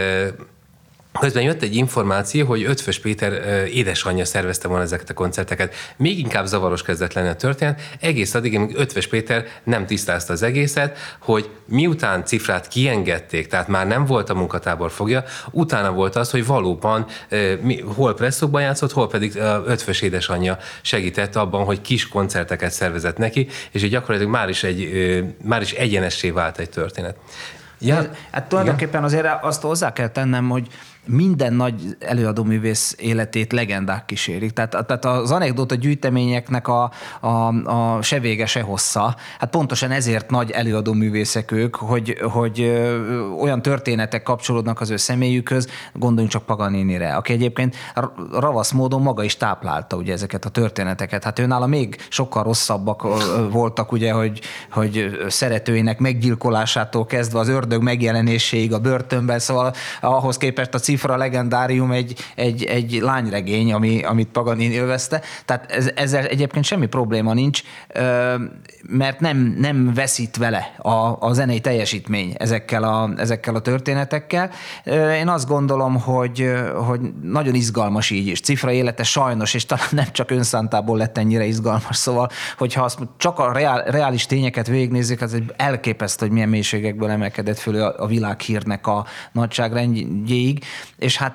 Közben jött egy információ, hogy Ötvös Péter édesanyja szervezte volna ezeket a koncerteket. Még inkább zavaros kezdett lenni a történet, egész addig, amíg Ötvös Péter nem tisztázta az egészet, hogy miután Cifrát kiengedték, tehát már nem volt a munkatábor fogja, utána volt az, hogy valóban hol Presszóban játszott, hol pedig Ötvös édesanyja segített abban, hogy kis koncerteket szervezett neki, és így gyakorlatilag már is, egy, már is egyenessé vált egy történet. Ja, hát tulajdonképpen azért azt hozzá kell tennem, hogy minden nagy előadóművész életét legendák kísérik. Tehát, tehát az anekdóta gyűjteményeknek a, a, a se vége, se hossza. Hát pontosan ezért nagy előadóművészek ők, hogy, hogy olyan történetek kapcsolódnak az ő személyükhöz, gondoljunk csak Paganinire, aki egyébként ravasz módon maga is táplálta ugye ezeket a történeteket. Hát őnála még sokkal rosszabbak voltak, ugye, hogy, hogy szeretőinek meggyilkolásától kezdve az ördög megjelenéséig a börtönben, szóval ahhoz képest a Cifra legendárium egy, egy, egy lányregény, ami, amit Paganini élvezte. Tehát ez, ezzel egyébként semmi probléma nincs, mert nem, nem veszít vele a, a zenei teljesítmény ezekkel a, ezekkel a történetekkel. Én azt gondolom, hogy, hogy nagyon izgalmas így is. Cifra élete sajnos, és talán nem csak önszántából lett ennyire izgalmas. Szóval, hogyha azt csak a reál, reális tényeket végignézzük, az egy elképesztő, hogy milyen mélységekből emelkedett föl a, a világhírnek a nagyságrendjéig. És hát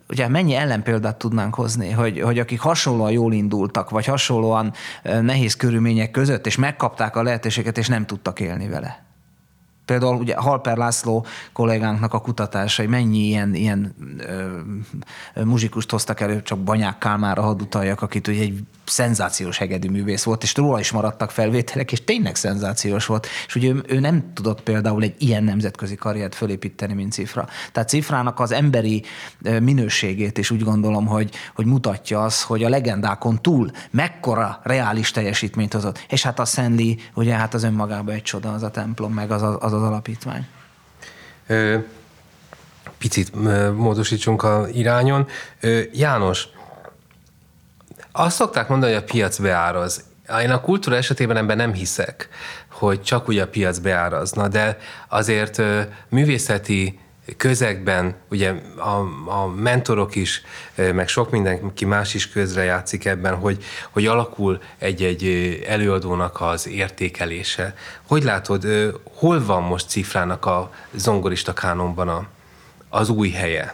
ugye mennyi ellenpéldát tudnánk hozni, hogy, hogy akik hasonlóan jól indultak, vagy hasonlóan nehéz körülmények között, és megkapták a lehetőséget, és nem tudtak élni vele. Például ugye Halper László kollégánknak a kutatásai, mennyi ilyen, ilyen ö, muzsikust hoztak elő, csak Banyák Kálmánra hadd utaljak, akit ugye egy szenzációs hegedű művész volt, és róla is maradtak felvételek, és tényleg szenzációs volt. És ugye ő, ő nem tudott például egy ilyen nemzetközi karriert fölépíteni, mint Cifra. Tehát Cifrának az emberi minőségét is úgy gondolom, hogy, hogy mutatja az, hogy a legendákon túl mekkora reális teljesítményt hozott. És hát a Stanley, ugye hát az önmagában egy csoda, az a templom, meg az az, az, az alapítvány. Ö, picit módosítsunk a irányon. Ö, János, azt szokták mondani, hogy a piac beáraz. Én a kultúra esetében ebben nem hiszek, hogy csak úgy a piac beárazna, de azért művészeti közegben ugye a, a mentorok is, meg sok mindenki más is közrejátszik ebben, hogy, hogy alakul egy-egy előadónak az értékelése. Hogy látod, hol van most Cifrának a zongorista kánonban a, az új helye?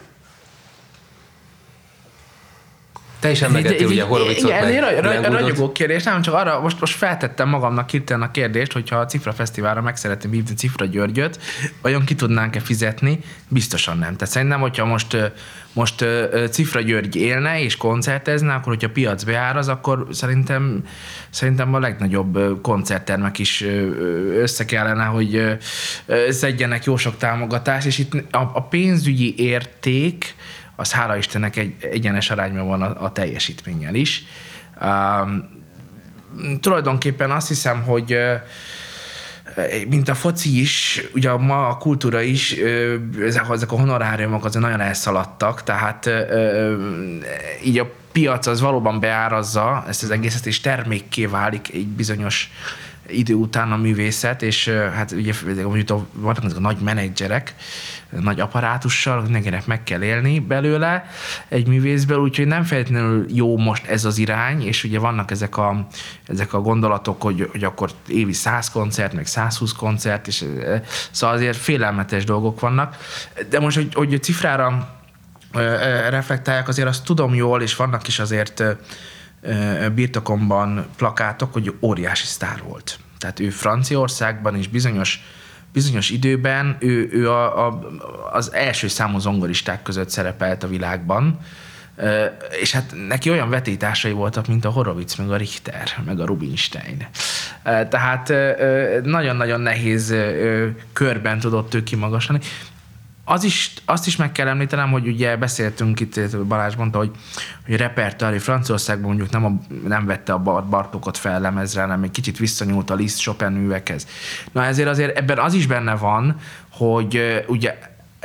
Te is emlegettél ugye Horovicot, meg Igen, ragyogó kérdés, nem csak arra, most, most feltettem magamnak hirtelen a kérdést, hogyha a Cifra Fesztiválra meg szeretném hívni Cifra Györgyöt, vajon ki tudnánk-e fizetni? Biztosan nem. Tehát szerintem, hogyha most, most Cifra György élne és koncertezne, akkor hogyha piac beáraz, akkor szerintem, szerintem a legnagyobb koncerttermek is össze kellene, hogy szedjenek jó sok támogatást, és itt a, a pénzügyi érték az hála Istennek egy egyenes arányban van a, a teljesítménnyel is. Um, tulajdonképpen azt hiszem, hogy uh, mint a foci is, ugye ma a kultúra is, uh, ezek, ezek a honoráriumok azért nagyon elszaladtak, tehát uh, így a piac az valóban beárazza ezt az egészet, és termékké válik egy bizonyos idő után a művészet, és hát ugye vannak ezek a nagy menedzserek, nagy apparátussal, mindenkinek meg kell élni belőle egy művészből, úgyhogy nem feltétlenül jó most ez az irány, és ugye vannak ezek a, ezek a gondolatok, hogy, hogy akkor évi száz koncert, meg százhúsz koncert, és szóval azért félelmetes dolgok vannak. De most, hogy, hogy Cifrára reflektálják, azért azt tudom jól, és vannak is azért birtokomban plakátok, hogy óriási sztár volt. Tehát ő Franciaországban is bizonyos, bizonyos időben ő, ő a, a, az első számú zongoristák között szerepelt a világban, és hát neki olyan vetélytársai voltak, mint a Horowitz, meg a Richter, meg a Rubinstein. Tehát nagyon-nagyon nehéz körben tudott ő kimagaslani. Az is, azt is meg kell említenem, hogy ugye beszéltünk itt, Balázs mondta, hogy, hogy repertoári Franciaországban mondjuk nem, a, nem vette a Bartókot fel lemezre, hanem egy kicsit visszanyúlt a Liszt Chopin művekhez. Na ezért azért ebben az is benne van, hogy ugye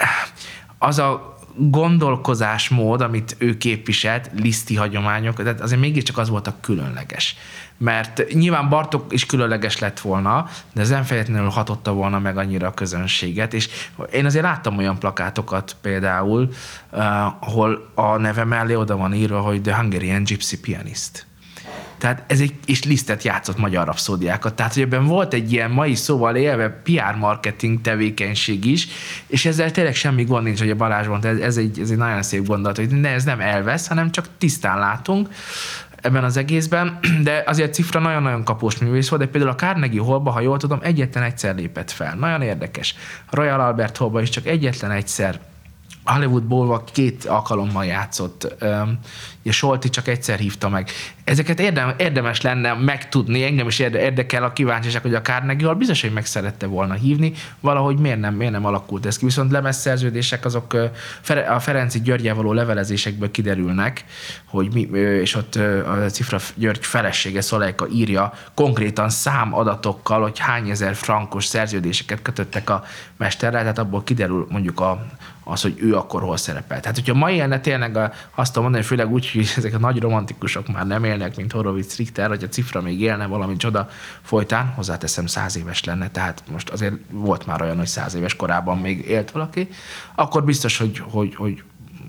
az a gondolkozásmód, amit ő képviselt, liszti hagyományok, tehát azért mégiscsak az volt a különleges. Mert nyilván Bartók is különleges lett volna, de ez nem feltétlenül hatotta volna meg annyira a közönséget, és én azért láttam olyan plakátokat például, uh, ahol a neve mellé oda van írva, hogy The Hungarian Gypsy Pianist. Tehát ez egy, és Lisztet játszott magyar rapszódiákat. Tehát, hogy ebben volt egy ilyen mai szóval élve pé er marketing tevékenység is, és ezzel tényleg semmi gond nincs, hogy a Balázs mondta, ez, ez, egy, ez egy nagyon szép gondolat, hogy ne, ez nem elvesz, hanem csak tisztán látunk ebben az egészben, de azért Cifra nagyon-nagyon kapós művész volt, de például a Carnegie Hallba, ha jól tudom, egyetlen egyszer lépett fel. Nagyon érdekes. A Royal Albert Hallba is csak egyetlen egyszer, Hollywood Bowl-ba két alkalommal játszott. Ugye Solti csak egyszer hívta meg. Ezeket érdem, érdemes lenne megtudni, engem is érdekel a kíváncsiság, hogy a Carnegie Hall biztos, hogy meg szerette volna hívni, valahogy miért nem, miért nem alakult ez ki. Viszont lemezszerződések azok a Ferenci Györggyel való levelezésekből kiderülnek, hogy mi, és ott a Cifra György felesége Szolejka írja konkrétan számadatokkal, hogy hány ezer frankos szerződéseket kötöttek a mesterrel, tehát abból kiderül mondjuk a az, hogy ő akkor hol szerepel. Tehát, hogyha ma élne tényleg, a, azt tudom mondani, főleg úgy, hogy ezek a nagy romantikusok már nem élnek, mint Horowitz, Richter, hogy a Cifra még élne valami csoda folytán, hozzáteszem, száz éves lenne, tehát most azért volt már olyan, hogy száz éves korában még élt valaki, akkor biztos, hogy, hogy, hogy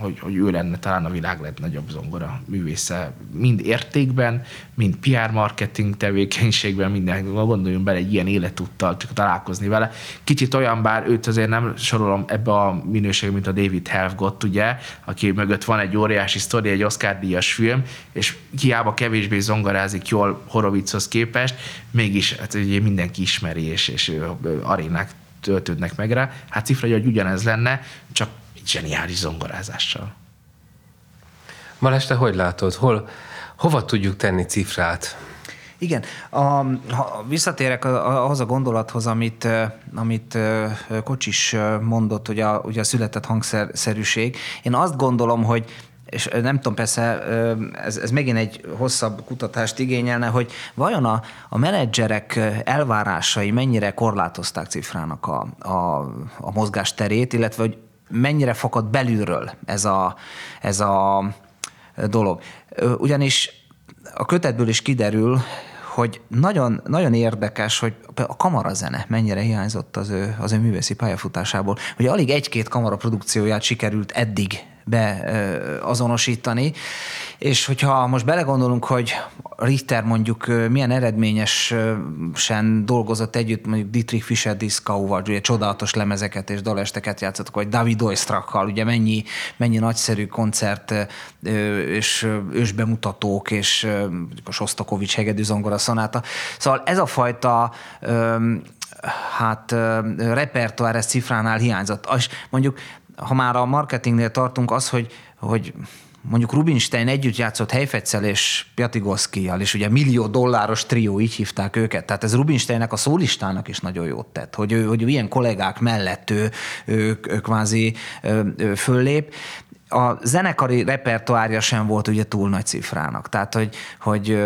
hogy, hogy ő lenne talán a világ legnagyobb zongora művésze, mind értékben, mind pé er marketing tevékenységben, minden, gondoljunk bele egy ilyen életúttal, csak találkozni vele. Kicsit olyan, bár őt azért nem sorolom ebbe a minőségbe, mint a David Helfgott, ugye, aki mögött van egy óriási sztori, egy Oscar-díjas film, és hiába kevésbé zongorázik jól Horowitzhoz képest, mégis hát ugye mindenki ismeri, és, és arénák töltődnek meg rá. Hát Cifra György ugyanez lenne, csak egy zseniális zongorázással. Balázs, te hogy látod? Hol, hova tudjuk tenni Cifrát? Igen, a, ha visszatérek ahhoz a gondolathoz, amit, amit Kocsis mondott, hogy a, ugye a született hangszerűség. Én azt gondolom, hogy és nem tudom, persze ez, ez megint egy hosszabb kutatást igényelne, hogy vajon a, a menedzserek elvárásai mennyire korlátozták Cifrának a, a, a mozgásterét, illetve hogy mennyire fakad belülről ez a, ez a dolog. Ugyanis a kötetből is kiderül, hogy nagyon, nagyon érdekes, hogy a kamarazene mennyire hiányzott az ő, az ő művészi pályafutásából. Ugye alig egy-két kamara produkcióját sikerült eddig beazonosítani, és hogyha most belegondolunk, hogy Richter mondjuk milyen eredményesen dolgozott együtt mondjuk Dietrich Fischer-Dieskauval, ugye csodálatos lemezeket és dalesteket játszottak, vagy David Oistrakkal, ugye mennyi, mennyi nagyszerű koncert és ősbemutatók, és a Sostakovics hegedű zongora szonáta. Szóval ez a fajta hát repertoár ez Cifránál hiányzott. És mondjuk ha már a marketingnél tartunk, az, hogy, hogy mondjuk Rubinstein együtt játszott Heifetzel és Piatigoszkijjal, és ugye millió dolláros trió, így hívták őket. Tehát ez Rubinsteinnek a szólistának is nagyon jót tett, hogy, ő, hogy ilyen kollégák mellett ő, ő, ő kvázi ő, ő föllép. A zenekari repertoárja sem volt ugye túl nagy Cifrának. Tehát, hogy, hogy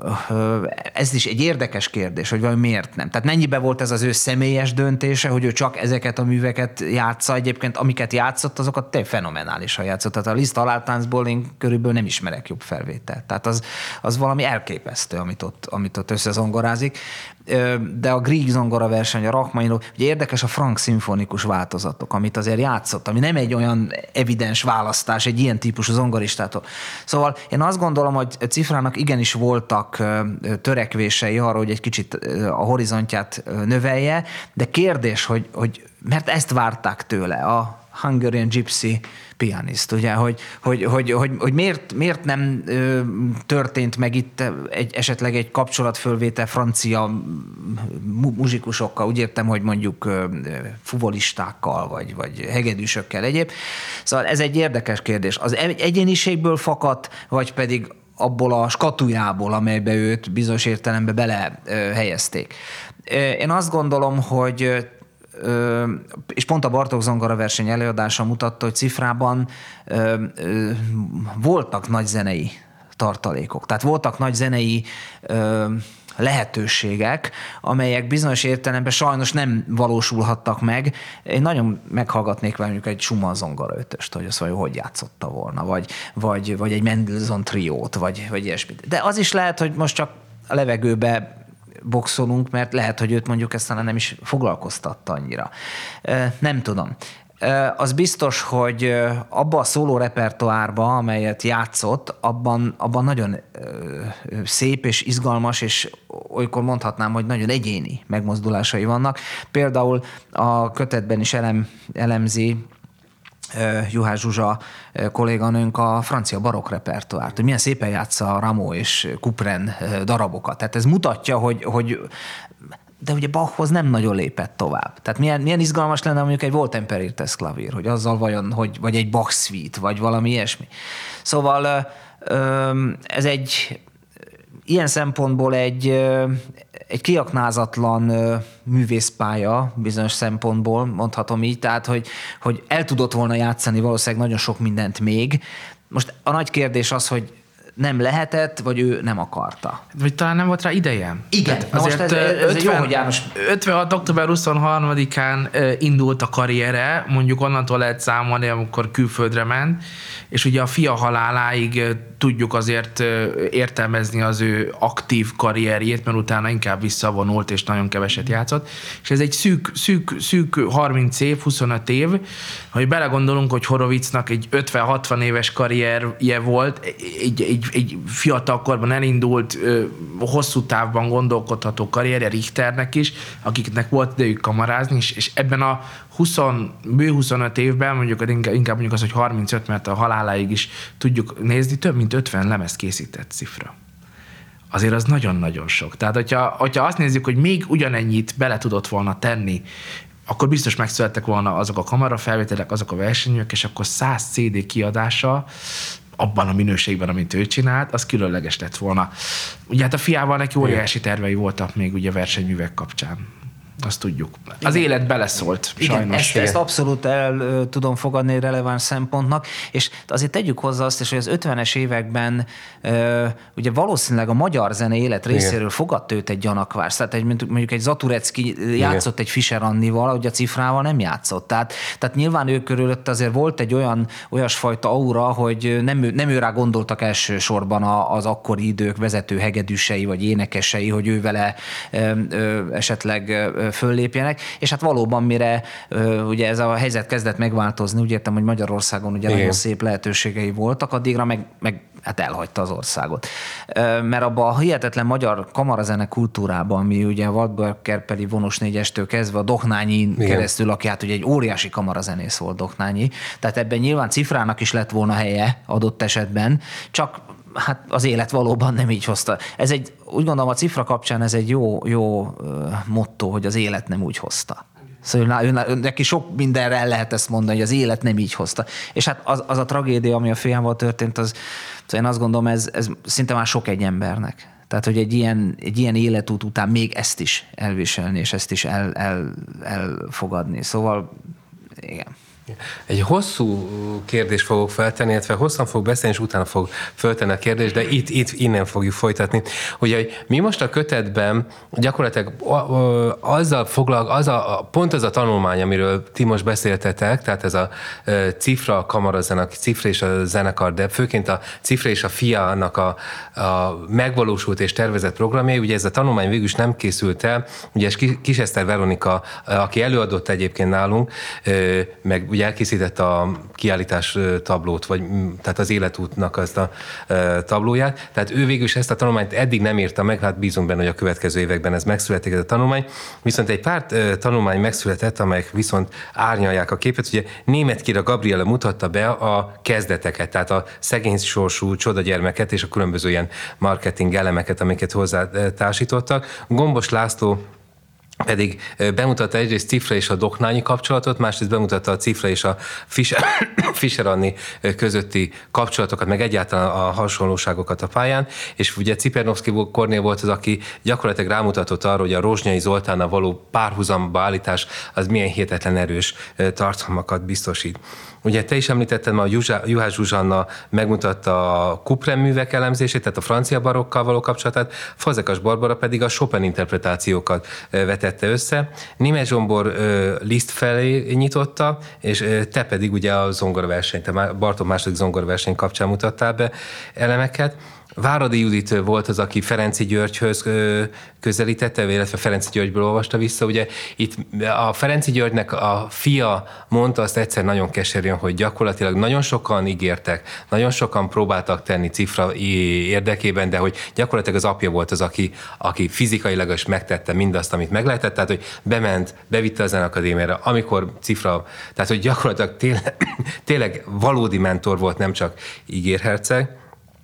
ez is egy érdekes kérdés, hogy vagy miért nem. Tehát mennyiben volt ez az ő személyes döntése, hogy ő csak ezeket a műveket játsza. Egyébként amiket játszott, azokat tényleg fenomenálisan játszott. Tehát a Liszt haláltáncból én körülbelül nem ismerek jobb felvételt. Tehát az, az valami elképesztő, amit ott, amit ott összezongorázik. De a Grieg zongora verseny, a Rachmaninov, ugye érdekes a Frank szimfonikus változatok, amit azért játszott, ami nem egy olyan evidens választás egy ilyen típusú zongoristától. Szóval én azt gondolom, hogy Cifrának igenis voltak törekvései arra, hogy egy kicsit a horizontját növelje, de kérdés, hogy, hogy mert ezt várták tőle a Hungarian Gypsy pianist, ugye, hogy, hogy, hogy, hogy, hogy miért, miért nem ö, történt meg itt egy, esetleg egy kapcsolatfölvétel francia muzsikusokkal, úgy értem, hogy mondjuk ö, fuvolistákkal, vagy, vagy hegedűsökkel egyéb. Szóval ez egy érdekes kérdés. Az egyéniségből fakadt, vagy pedig abból a skatujából, amelybe őt bizonyos értelemben bele ö, helyezték. Én azt gondolom, hogy és pont a Bartók zongora verseny előadása mutatta, hogy Cifrában voltak nagy zenei tartalékok. Tehát voltak nagy zenei lehetőségek, amelyek bizonyos értelemben sajnos nem valósulhattak meg. Én nagyon meghallgatnék velük egy Schumann zongora ötöst, hogy azt vajon hogy játszotta volna, vagy, vagy, vagy egy Mendelssohn triót, vagy, vagy ilyesmit. De az is lehet, hogy most csak a levegőbe boxolunk, mert lehet, hogy őt mondjuk ezt talán nem is foglalkoztatta annyira. Nem tudom. Az biztos, hogy abba a szóló repertoárba, amelyet játszott, abban, abban nagyon szép és izgalmas, és olykor mondhatnám, hogy nagyon egyéni megmozdulásai vannak. Például a kötetben is elem, elemzi Juhász Zsuzsa kolléganőnk a francia barokk repertoárt, hogy milyen szépen játsza a Rameau és Couperin darabokat. Tehát ez mutatja, hogy, hogy de ugye Bachhoz nem nagyon lépett tovább. Tehát milyen, milyen izgalmas lenne mondjuk egy Wohltemperiertes klavír, hogy azzal vajon, hogy, vagy egy Bach suite, vagy valami ilyesmi. Szóval ez egy ilyen szempontból egy, egy kiaknázatlan művészpálya bizonyos szempontból, mondhatom így, tehát hogy, hogy el tudott volna játszani valószínűleg nagyon sok mindent még. Most a nagy kérdés az, hogy nem lehetett, vagy ő nem akarta. Vagy talán nem volt rá ideje. Igen, Tehát na most ez, ez jó, hogy János... ötvenhat október huszonharmadikán indult a karriere, mondjuk onnantól lehet számolni, amikor külföldre ment, és ugye a fia haláláig tudjuk azért értelmezni az ő aktív karrierjét, mert utána inkább visszavonult, és nagyon keveset játszott. És ez egy szűk, szűk, szűk harminc év, huszonöt év, hogy belegondolunk, hogy Horovicnak egy ötven-hatvan éves karrierje volt, egy, egy, egy fiatal korban elindult, hosszú távban gondolkodható karrierje, Richternek is, akiknek volt idejük kamarázni, és, és ebben a húsz, bő huszonöt évben, mondjuk inkább mondjuk az, hogy harmincöt, mert a haláláig is tudjuk nézni, több mint ötven lemezt készített Cifra. Azért az nagyon-nagyon sok. Tehát, hogyha, hogyha azt nézzük, hogy még ugyanennyit bele tudott volna tenni, akkor biztos megszülettek volna azok a kamerafelvételek, azok a versenyek, és akkor száz cé dé kiadása abban a minőségben, amit ő csinált, az különleges lett volna. Ugye hát a fiával neki óriási tervei voltak még ugye versenyművek kapcsán. Azt tudjuk. Az igen. Élet beleszólt, igen, sajnos. Ezt, ezt abszolút el uh, tudom fogadni releváns szempontnak, és azért tegyük hozzá azt is, hogy az ötvenes években uh, ugye valószínűleg a magyar zene élet részéről igen. fogadt őt egy gyanakvás. Tehát egy, mondjuk egy Zaturecki játszott igen. egy Fischer Annival, hogy a Cifrával nem játszott. Tehát, tehát nyilván ő körülött azért volt egy olyan olyasfajta aura, hogy nem, nem őrá gondoltak elsősorban az akkori idők vezető hegedűsei vagy énekesei, hogy ő vele ö, ö, esetleg föllépjenek, és hát valóban mire ugye ez a helyzet kezdett megváltozni, úgy értem, hogy Magyarországon ugye igen. nagyon szép lehetőségei voltak, addigra meg, meg hát elhagyta az országot. Mert abban a hihetetlen magyar kamarazene kultúrában, ami ugye a Waldberg-Kerpeli vonós négyestől kezdve a Dohnányin keresztül, aki hát ugye egy óriási kamarazenész volt Dohnányi, tehát ebben nyilván Cifrának is lett volna helye adott esetben, csak hát az élet valóban nem így hozta. Ez egy, úgy gondolom a Cifra kapcsán ez egy jó, jó motto, hogy az élet nem úgy hozta. Szóval ő, ő, neki sok mindenre el lehet ezt mondani, hogy az élet nem így hozta. És hát az, az a tragédia, ami a fiával történt, az, az én azt gondolom, ez, ez szinte már sok egy embernek. Tehát, hogy egy ilyen, egy ilyen életút után még ezt is elviselni, és ezt is el, el, elfogadni. Szóval, igen. Egy hosszú kérdést fogok feltenni, illetve hosszan fog beszélni, és utána fog föltenni a kérdést, de itt, itt innen fogjuk folytatni. Ugye mi most a kötetben gyakorlatilag azzal foglalkozunk, az a, pont az a tanulmány, amiről ti most beszéltetek, tehát ez a Cifra kamarazenek, Cifra és a zenekar, de főként a Cifra és a fiának a, a megvalósult és tervezett programjai, ugye ez a tanulmány végül is nem készült el, ugye Kis Eszter Veronika, aki előadott egyébként nálunk, meg ugye elkészített a kiállítás tablót, vagy tehát az életútnak azt a tablóját. Tehát ő végül is ezt a tanulmányt eddig nem írta meg, hát bízunk benne, hogy a következő években ez megszületik, ez a tanulmány. Viszont egy pár tanulmány megszületett, amelyek viszont árnyalják a képet. Ugye Németh-Kira Gabriela mutatta be a kezdeteket, tehát a szegény sorsú csodagyermeket és a különböző ilyen marketing elemeket, amiket hozzá társítottak. Gombos László pedig bemutatta egyrészt Cifra és a Dohnányi kapcsolatot, másrészt bemutatta a Cifra és a Fischer, Fischer Anni közötti kapcsolatokat, meg egyáltalán a hasonlóságokat a pályán, és ugye Cipernovszky Kornél volt az, aki gyakorlatilag rámutatott arra, hogy a Rozsnyai Zoltánnal való párhuzamba állítás az milyen hihetetlen erős tartalmakat biztosít. Ugye te is említetted, a Juhász Zsuzsanna megmutatta a Couperin művek elemzését, tehát a francia barokkal való kapcsolatát, Fazekas Barbara pedig a Chopin interpretációkat vetette össze. Németh Zsombor Liszt felé nyitotta, és te pedig ugye a zongoraversenyt, a Bartók második zongoraverseny kapcsán mutattál be elemeket. Váradi Judit volt az, aki Ferenczy Györgyhöz közelítette, illetve Ferenczy Györgyből olvasta vissza. Ugye itt a Ferenczy Györgynek a fia mondta azt egyszer nagyon keserűen, hogy gyakorlatilag nagyon sokan ígértek, nagyon sokan próbáltak tenni Cifra érdekében, de hogy gyakorlatilag az apja volt az, aki, aki fizikailag is megtette mindazt, amit meg lehetett, tehát hogy bement, bevitte a Zeneakadémiára, amikor Cifra, tehát hogy gyakorlatilag tényleg, tényleg valódi mentor volt, nem csak ígérherceg.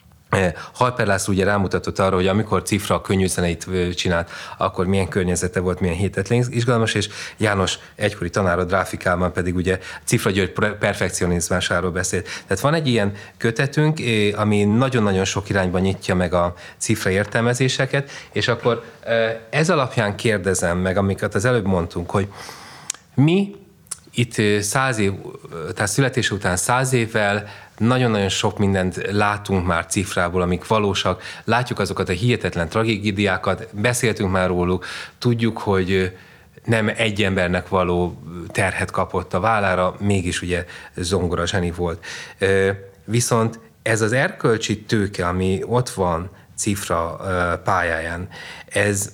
Halper László ugye rámutatott arra, hogy amikor Cifra a könnyű zeneit csinált, akkor milyen környezete volt, milyen hihetetlen izgalmas, és János egykori tanára Dráfi Kálmán pedig ugye Cifra György perfekcionizmásáról beszélt. Tehát van egy ilyen kötetünk, ami nagyon-nagyon sok irányban nyitja meg a Cifra értelmezéseket, és akkor ez alapján kérdezem meg, amiket az előbb mondtunk, hogy mi itt száz év, tehát születés után száz évvel nagyon-nagyon sok mindent látunk már cifrából, amik valósak. Látjuk azokat a hihetetlen tragédiákat, beszéltünk már róluk, tudjuk, hogy nem egy embernek való terhet kapott a vállára, mégis ugye zongora zseni volt. Viszont ez az erkölcsi tőke, ami ott van Cifra pályáján, ez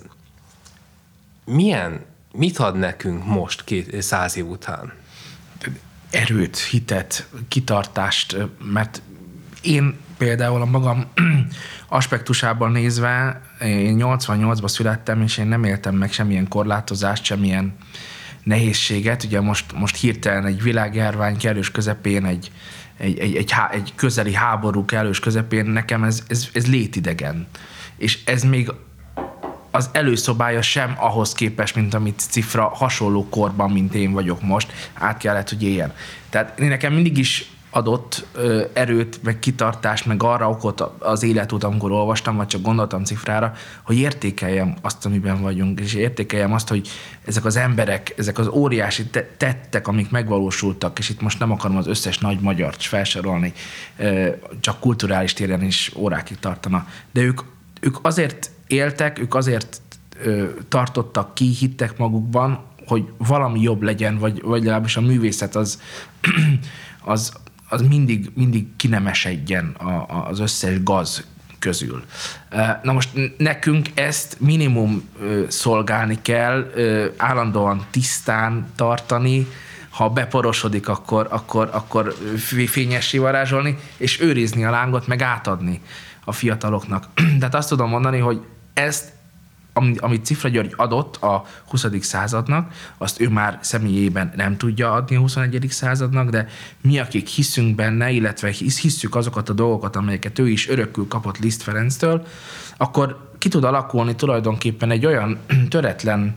milyen, mit ad nekünk most két, száz év után? Erőt, hitet, kitartást, mert én például a magam aspektusában nézve, én nyolcvannyolcban születtem, és én nem éltem meg semmilyen korlátozást, semmilyen nehézséget. Ugye most, most hirtelen egy világjárvány kellős közepén, egy, egy, egy, egy, há, egy közeli háború kellős közepén, nekem ez, ez, ez létidegen. És ez még az előszobája sem ahhoz képest, mint amit Cifra hasonló korban, mint én vagyok most, át kellett, hogy éljen. Tehát nekem mindig is adott ö, erőt, meg kitartást, meg arra okot az életút, amikor olvastam, vagy csak gondoltam Cifrára, hogy értékeljem azt, amiben vagyunk, és értékeljem azt, hogy ezek az emberek, ezek az óriási tettek, amik megvalósultak, és itt most nem akarom az összes nagy magyart felsorolni, ö, csak kulturális téren is órákig tartana, de ők, ők azért éltek, ők azért ö, tartottak ki, hittek magukban, hogy valami jobb legyen, vagy, vagy legalábbis a művészet az, az, az mindig, mindig kinemesedjen a, a, az összes gaz közül. Na most nekünk ezt minimum ö, szolgálni kell, ö, állandóan tisztán tartani, ha beporosodik, akkor, akkor, akkor fényessé varázsolni, és őrizni a lángot, meg átadni a fiataloknak. Tehát azt tudom mondani, hogy ezt, amit Cifra György adott a huszadik századnak, azt ő már személyében nem tudja adni a huszonegyedik századnak, de mi, akik hiszünk benne, illetve hisszük azokat a dolgokat, amelyeket ő is örökül kapott Liszt Ferenctől, akkor ki tud alakulni tulajdonképpen egy olyan töretlen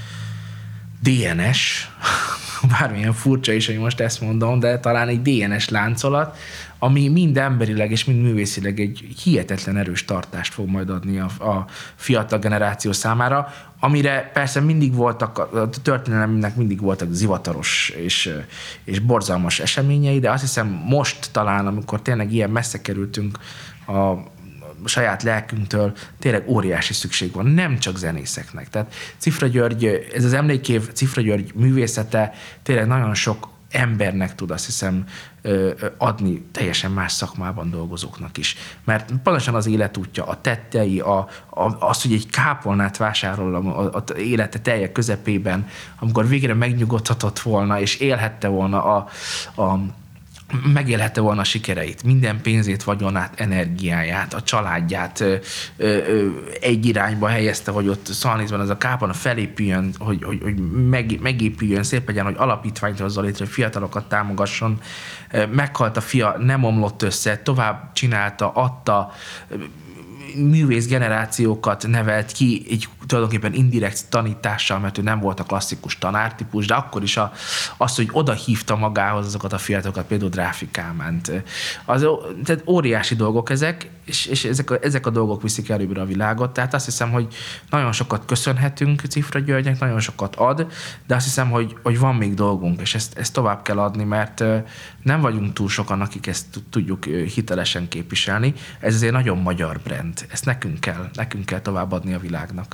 dé en es, bármilyen furcsa is, hogy most ezt mondom, de talán egy dé en es láncolat, ami mind emberileg és mind művészileg egy hihetetlen erős tartást fog majd adni a, a fiatal generáció számára, amire persze mindig voltak, a történelemnek mindig voltak zivataros és, és borzalmas eseményei, de azt hiszem most talán, amikor tényleg ilyen messze kerültünk a saját lelkünktől, tényleg óriási szükség van, nem csak zenészeknek. Tehát Cifra György, ez az emlékév Cifra György művészete tényleg nagyon sok embernek tud, azt hiszem, adni teljesen más szakmában dolgozóknak is. Mert pontosan az életútja, a tettei, a, a, az, hogy egy kápolnát vásárol az élete telje közepében, amikor végre megnyugodhatott volna, és élhette volna a, a megélhette volna a sikereit, minden pénzét, vagyonát, energiáját, a családját ö, ö, egy irányba helyezte, hogy ott Szalnézben az a kápolna felépüljön, hogy, hogy, hogy meg, megépüljön, szép legyen, hogy alapítványt hozzon létre, hogy fiatalokat támogasson. Meghalt a fia, nem omlott össze, tovább csinálta, adta, művész generációkat nevelt ki egy tulajdonképpen indirekt tanítással, mert ő nem volt a klasszikus tanártípus, de akkor is a, az, hogy oda hívta magához azokat a fiatalokat, például Dráfi Kálmánt. Az, tehát óriási dolgok ezek, és, és ezek, a, ezek a dolgok viszik előbbre a világot. Tehát azt hiszem, hogy nagyon sokat köszönhetünk Cifra Györgynek, nagyon sokat ad, de azt hiszem, hogy, hogy van még dolgunk, és ezt, ezt tovább kell adni, mert nem vagyunk túl sokan, akik ezt tudjuk hitelesen képviselni. Ez azért nagyon magyar brand. Ezt nekünk kell, nekünk kell továbbadni a világnak.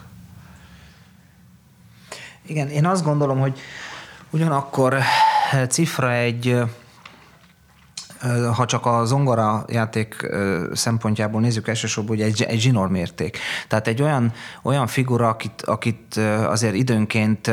Igen, én azt gondolom, hogy ugyanakkor Cifra egy, ha csak a zongora játék szempontjából nézzük, elsősorban ugye egy, egy zsinórmérték. Tehát egy olyan, olyan figura, akit, akit azért időnként,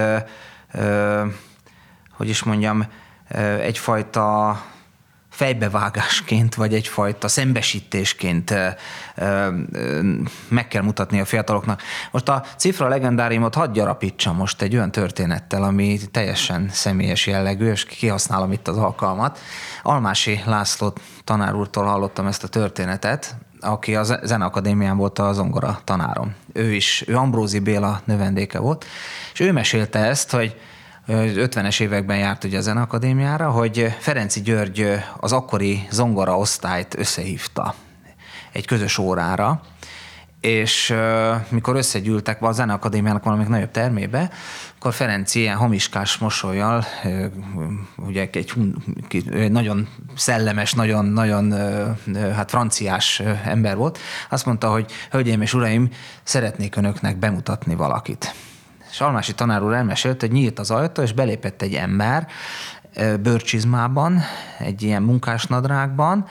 hogy is mondjam, egyfajta fejbevágásként, vagy egyfajta szembesítésként ö, ö, meg kell mutatni a fiataloknak. Most a Cifra legendáriumot hadd gyarapítsam most egy olyan történettel, ami teljesen személyes jellegű, és kihasználom itt az alkalmat. Almási László tanár úrtól hallottam ezt a történetet, aki a Zeneakadémián volt a zongora tanárom. Ő is, ő Ambrózi Béla növendéke volt, és ő mesélte ezt, hogy ötvenes években járt ugye a Zeneakadémiára, hogy Ferenczy György az akkori zongora osztályt összehívta egy közös órára, és uh, mikor összegyűltek a Zeneakadémiának valamelyik nagyobb termébe, akkor Ferenc ilyen hamiskás mosollyal, uh, ugye egy, egy nagyon szellemes, nagyon, nagyon uh, hát franciás uh, ember volt, azt mondta, hogy hölgyeim és uraim, szeretnék önöknek bemutatni valakit. És Almási tanár úr elmesélt, hogy nyílt az ajtó, és belépett egy ember uh, bőrcsizmában, egy ilyen munkásnadrágban,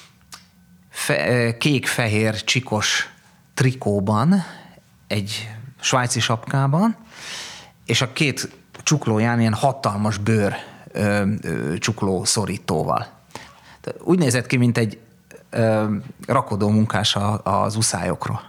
fe, kék-fehér csikos trikóban, egy svájci sapkában, és a két csuklóján ilyen hatalmas bőr ö, ö, csukló szorítóval. Úgy nézett ki, mint egy ö, rakodó munkás a, az uszályokról.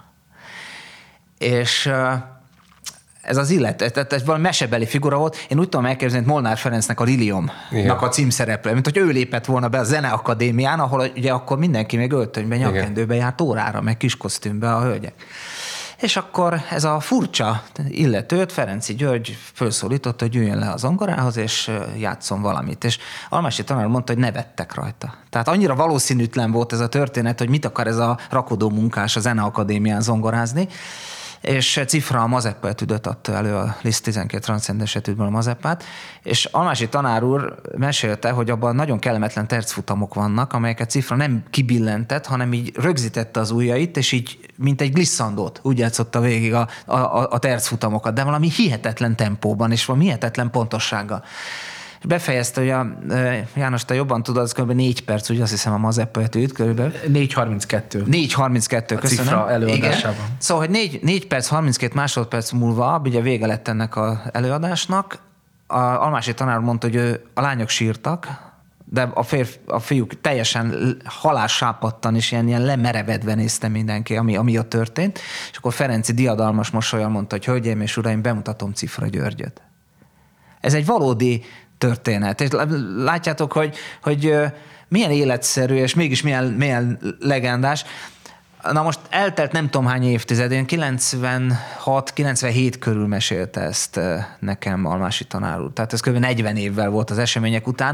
És ö, ez az illet, tehát ez valami mesebeli figura volt. Én úgy tudom elképzelni, hogy Molnár Ferencnek a Liliomnak a címszereplő, mint hogy ő lépett volna be a Zeneakadémián, ahol ugye akkor mindenki még öltönyben, nyakkendőben járt órára, meg kiskosztümbe a hölgyek. És akkor ez a furcsa illetőt Ferenczy György felszólította, hogy jöjjön le a zongorához, és játszon valamit. És Almási tanár mondta, hogy nevettek rajta. Tehát annyira valószínűtlen volt ez a történet, hogy mit akar ez a rakodó munkás a Zeneakadémián zongorázni, és Cifra a Mazeppa etüdöt adta elő, a Liszt tizenkét transzcendens etüdből a Mazeppát, és Almási tanár úr mesélte, hogy abban nagyon kellemetlen tercfutamok vannak, amelyeket Cifra nem kibillentett, hanem így rögzítette az ujjait, és így, mint egy glisszandót, úgy játszotta végig a, a, a tercfutamokat, de valami hihetetlen tempóban, és valami hihetetlen pontossággal. És befejezte, hogy a, János, te jobban tudod, az kb. négy perc, ugye azt hiszem a Mazeppa etüd körülbelül. négy harminckettő. négy harminckettő, köszönöm. A Cifra előadásában. Igen. Szóval, hogy négy, négy perc, harminckét másodperc múlva, ugye vége lett ennek az előadásnak, a Almási tanár mondta, hogy ő, a lányok sírtak, de a, férf, a fiúk teljesen halálsápadtan és ilyen, ilyen lemerevedve nézte mindenki, ami, ami ott történt, és akkor Ferenczy diadalmas mosollyal mondta, hogy hölgyeim és uraim, bemutatom Cifra Györgyöt. Ez egy valódi történet. És látjátok, hogy, hogy milyen életszerű, és mégis milyen, milyen legendás. Na most eltelt nem tudom hány évtized, én kilencvenhat kilencvenhét körül mesélte ezt nekem Almási tanár úr. Tehát ez kb. negyven évvel volt az események után.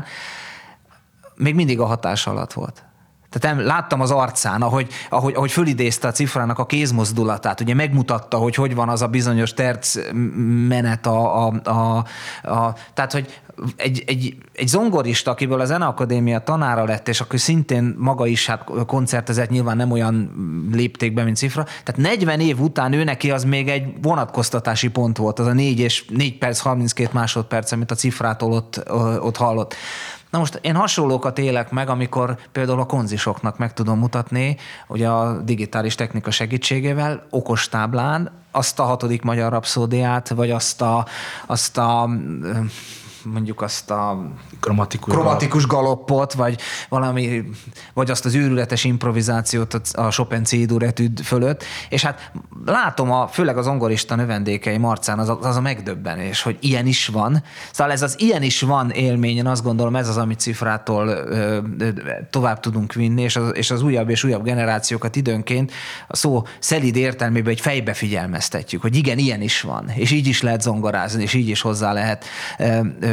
Még mindig a hatás alatt volt. Tehát láttam az arcán, ahogy, ahogy, ahogy fölidézte a Cifrának a kézmozdulatát, ugye megmutatta, hogy hogy van az a bizonyos terc menet, a, a, a, a, tehát hogy egy, egy, egy zongorista, akiből a Zeneakadémia tanára lett, és akkor szintén maga is hát koncertezett, nyilván nem olyan léptékben, mint Cifra, tehát negyven év után ő neki az még egy vonatkoztatási pont volt, az a négy és négy perc, harminckét másodperc, amit a Cifrától ott, ott hallott. Na most én hasonlókat élek meg, amikor például a konzisoknak meg tudom mutatni, ugye a digitális technika segítségével, okostáblán azt a hatodik magyar rapszódiát, vagy azt a, azt a mondjuk azt a kromatikus, kromatikus galoppot, vagy valami, vagy azt az őrületes improvizációt a Chopin C-dur etüd fölött, és hát látom, a, főleg az zongorista növendékeim arcán az a, az a megdöbbenés, hogy ilyen is van. Szóval ez az ilyen is van élmény, én azt gondolom, ez az, amit Cifrától ö, ö, tovább tudunk vinni, és az, és az újabb és újabb generációkat időnként a szó szelíd értelmében egy fejbe figyelmeztetjük, hogy igen, ilyen is van, és így is lehet zongorázni, és így is hozzá lehet ö, ö,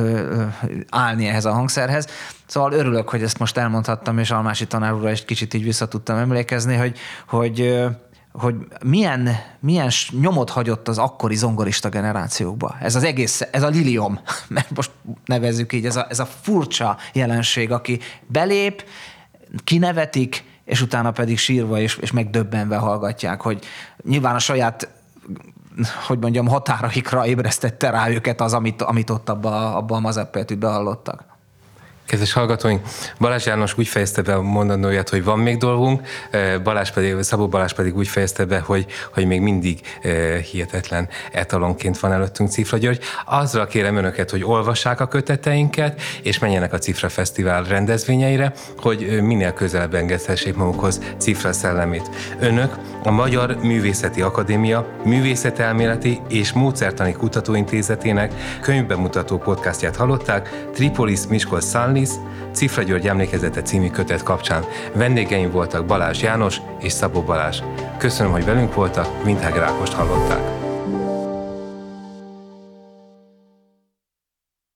állni ehhez a hangszerhez. Szóval örülök, hogy ezt most elmondhattam, és Almási tanár úrra egy kicsit így vissza tudtam emlékezni, hogy, hogy, hogy milyen, milyen nyomot hagyott az akkori zongorista generációkba. Ez az egész, ez a Liliom, mert most nevezzük így, ez a, ez a furcsa jelenség, aki belép, kinevetik, és utána pedig sírva és, és megdöbbenve hallgatják, hogy nyilván a saját hogy mondjam, határaikra ébresztette rá őket az, amit, amit ott abba, abba a Mazeppa etüdbe hallottak. Kedves hallgatóink, Balázs János úgy fejezte be a mondandóját, hogy van még dolgunk, Balázs pedig, Szabó Balázs pedig úgy fejezte be, hogy, hogy még mindig hihetetlen etalonként van előttünk Cifra György. Azra kérem önöket, hogy olvassák a köteteinket, és menjenek a Cifra Fesztivál rendezvényeire, hogy minél közelebb engedhessék magukhoz Cifra szellemét. Önök a Magyar Művészeti Akadémia Művészetelméleti és Módszertani Kutatóintézetének könyvbemutató podcastját hallották, Tripolis Miskolc Szánlis, Cifra György emlékezete című kötet kapcsán. Vendégeim voltak Balázs János és Szabó Balázs. Köszönöm, hogy velünk voltak, Vinthág Rákost hallották.